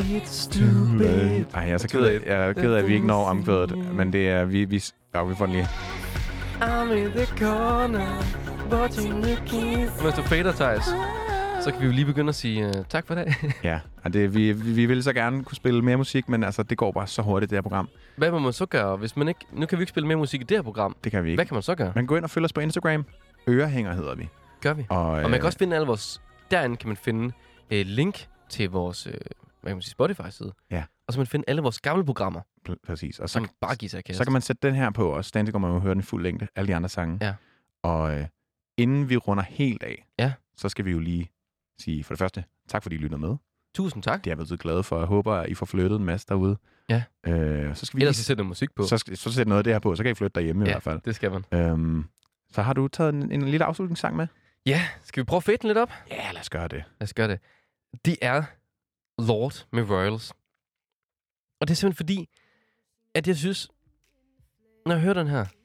It's too late. Ej, jeg er så ked af, jeg er ked af, at vi ikke når omkvædet, men det er, vi, vi, ja, vi får den lige. I'm in the corner, watching the kids. Mens du fader, Thijs, så kan vi jo lige begynde at sige uh, tak for det. Ja, og det, vi, vi, vi ville så gerne kunne spille mere musik, men altså, det går bare så hurtigt, det her program. Hvad må man så gøre, hvis man ikke... Nu kan vi ikke spille mere musik i det her program. Det kan vi ikke. Hvad kan man så gøre? Man går ind og følger os på Instagram. Ørehænger hedder vi. Gør vi. Og, og man kan også finde alle vores... Derinde kan man finde et link til vores øh, hvad kan man sige, Spotify-side. Ja. Og så kan man finde alle vores gamle programmer. P- præcis. Og så, som bare giver sig at kaste. Så kan man sætte den her på også. Stanley går man jo høre den fuld længde. Alle de andre sange. Ja. Og øh, inden vi runder helt af, ja. så skal vi jo lige sige for det første, tak fordi I lytter med. Tusind tak. Det er jeg blevet glade for. Jeg håber, at I får flyttet en masse derude. Ja. Øh, så skal vi Ellers lige... så sætter musik på. Så, så sætter noget af det her på, så kan I flytte derhjemme ja, i hvert fald. det skal man. Øhm, så har du taget en, en lille afslutningssang med? Ja, skal vi prøve at fade den lidt op? Ja, lad os gøre det. Lad os gøre det. Det er Lord med Royals. Og det er simpelthen fordi, at jeg synes, når jeg hører den her,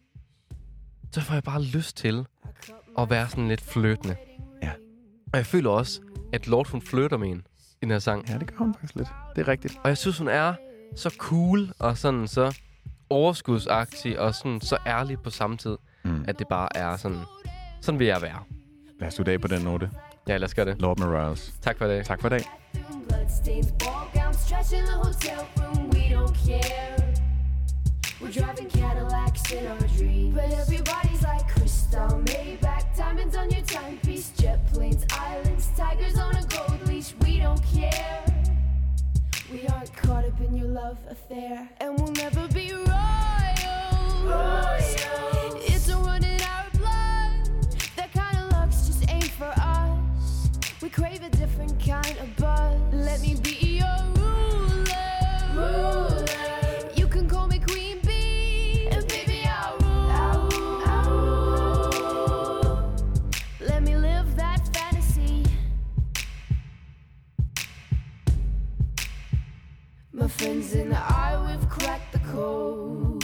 så får jeg bare lyst til at være sådan lidt flirtende. Ja. Og jeg føler også, at Lord hun flirter med en i den her sang. Ja, det gør hun faktisk lidt. Det er rigtigt. Og jeg synes, hun er så cool og sådan så overskudsagtig og sådan så ærlig på samme tid, mm. at det bare er sådan, sådan vil jeg være. Lad os slutte af på den note. Ja, lad os gøre det. Lord Morales. Tak for det. Tak for i dag. Bloodstains, ball gowns, trash in the hotel room, we don't care. We're driving Cadillacs in our dreams, but everybody's like crystal, Maybach, diamonds on your timepiece, jet planes, islands, tigers on a gold leash, we don't care. We aren't caught up in your love affair, and we'll never be royals. Royals. It's a run in our blood. That kind of luck's just ain't for us. We crave a different kind of buzz. Let me be your ruler. Ruler. You can call me Queen Bee, and baby I'll rule. I'll rule. I'll rule. Let me live that fantasy. My friends and I, we've cracked the code.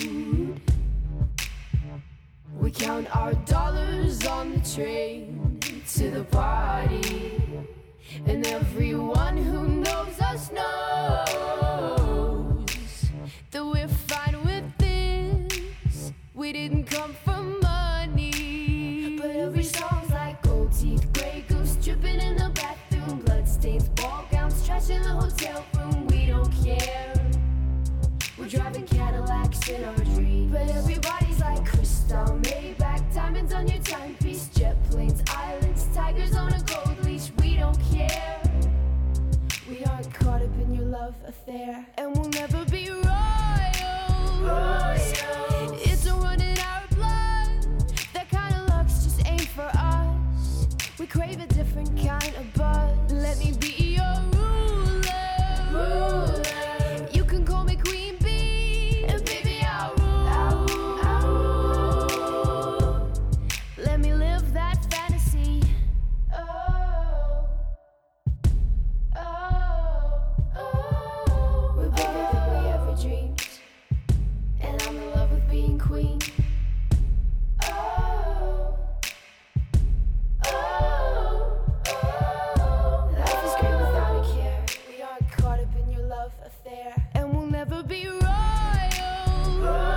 We count our dollars on the train to the party. And everyone who knows us knows that we're fine with this. We didn't come for money. But every song's like gold teeth, grey goose dripping in the bathroom, bloodstains, ball gowns, trash in the hotel room. We don't care. We're driving Cadillacs in our dreams, but everybody's like crystal, Maybach, diamonds on your timepiece, jet planes, islands, tigers on a gold leash. We don't care. We aren't caught up in your love affair, and we'll never be royals. Royals. It's a run in our blood. That kind of luck's just ain't for us. We crave a different kind of buzz. Let me be your ruler. Ruler. You can call me Queen Bee, and baby I'll rule. I'll rule. I'll rule. Let me live that fantasy. Oh. Oh. Oh. We're bigger than we ever dreamed, and I'm in love with being queen. Oh. Oh. Oh. Life is great without a care. We aren't caught up in your love affair, and we'll never be royals.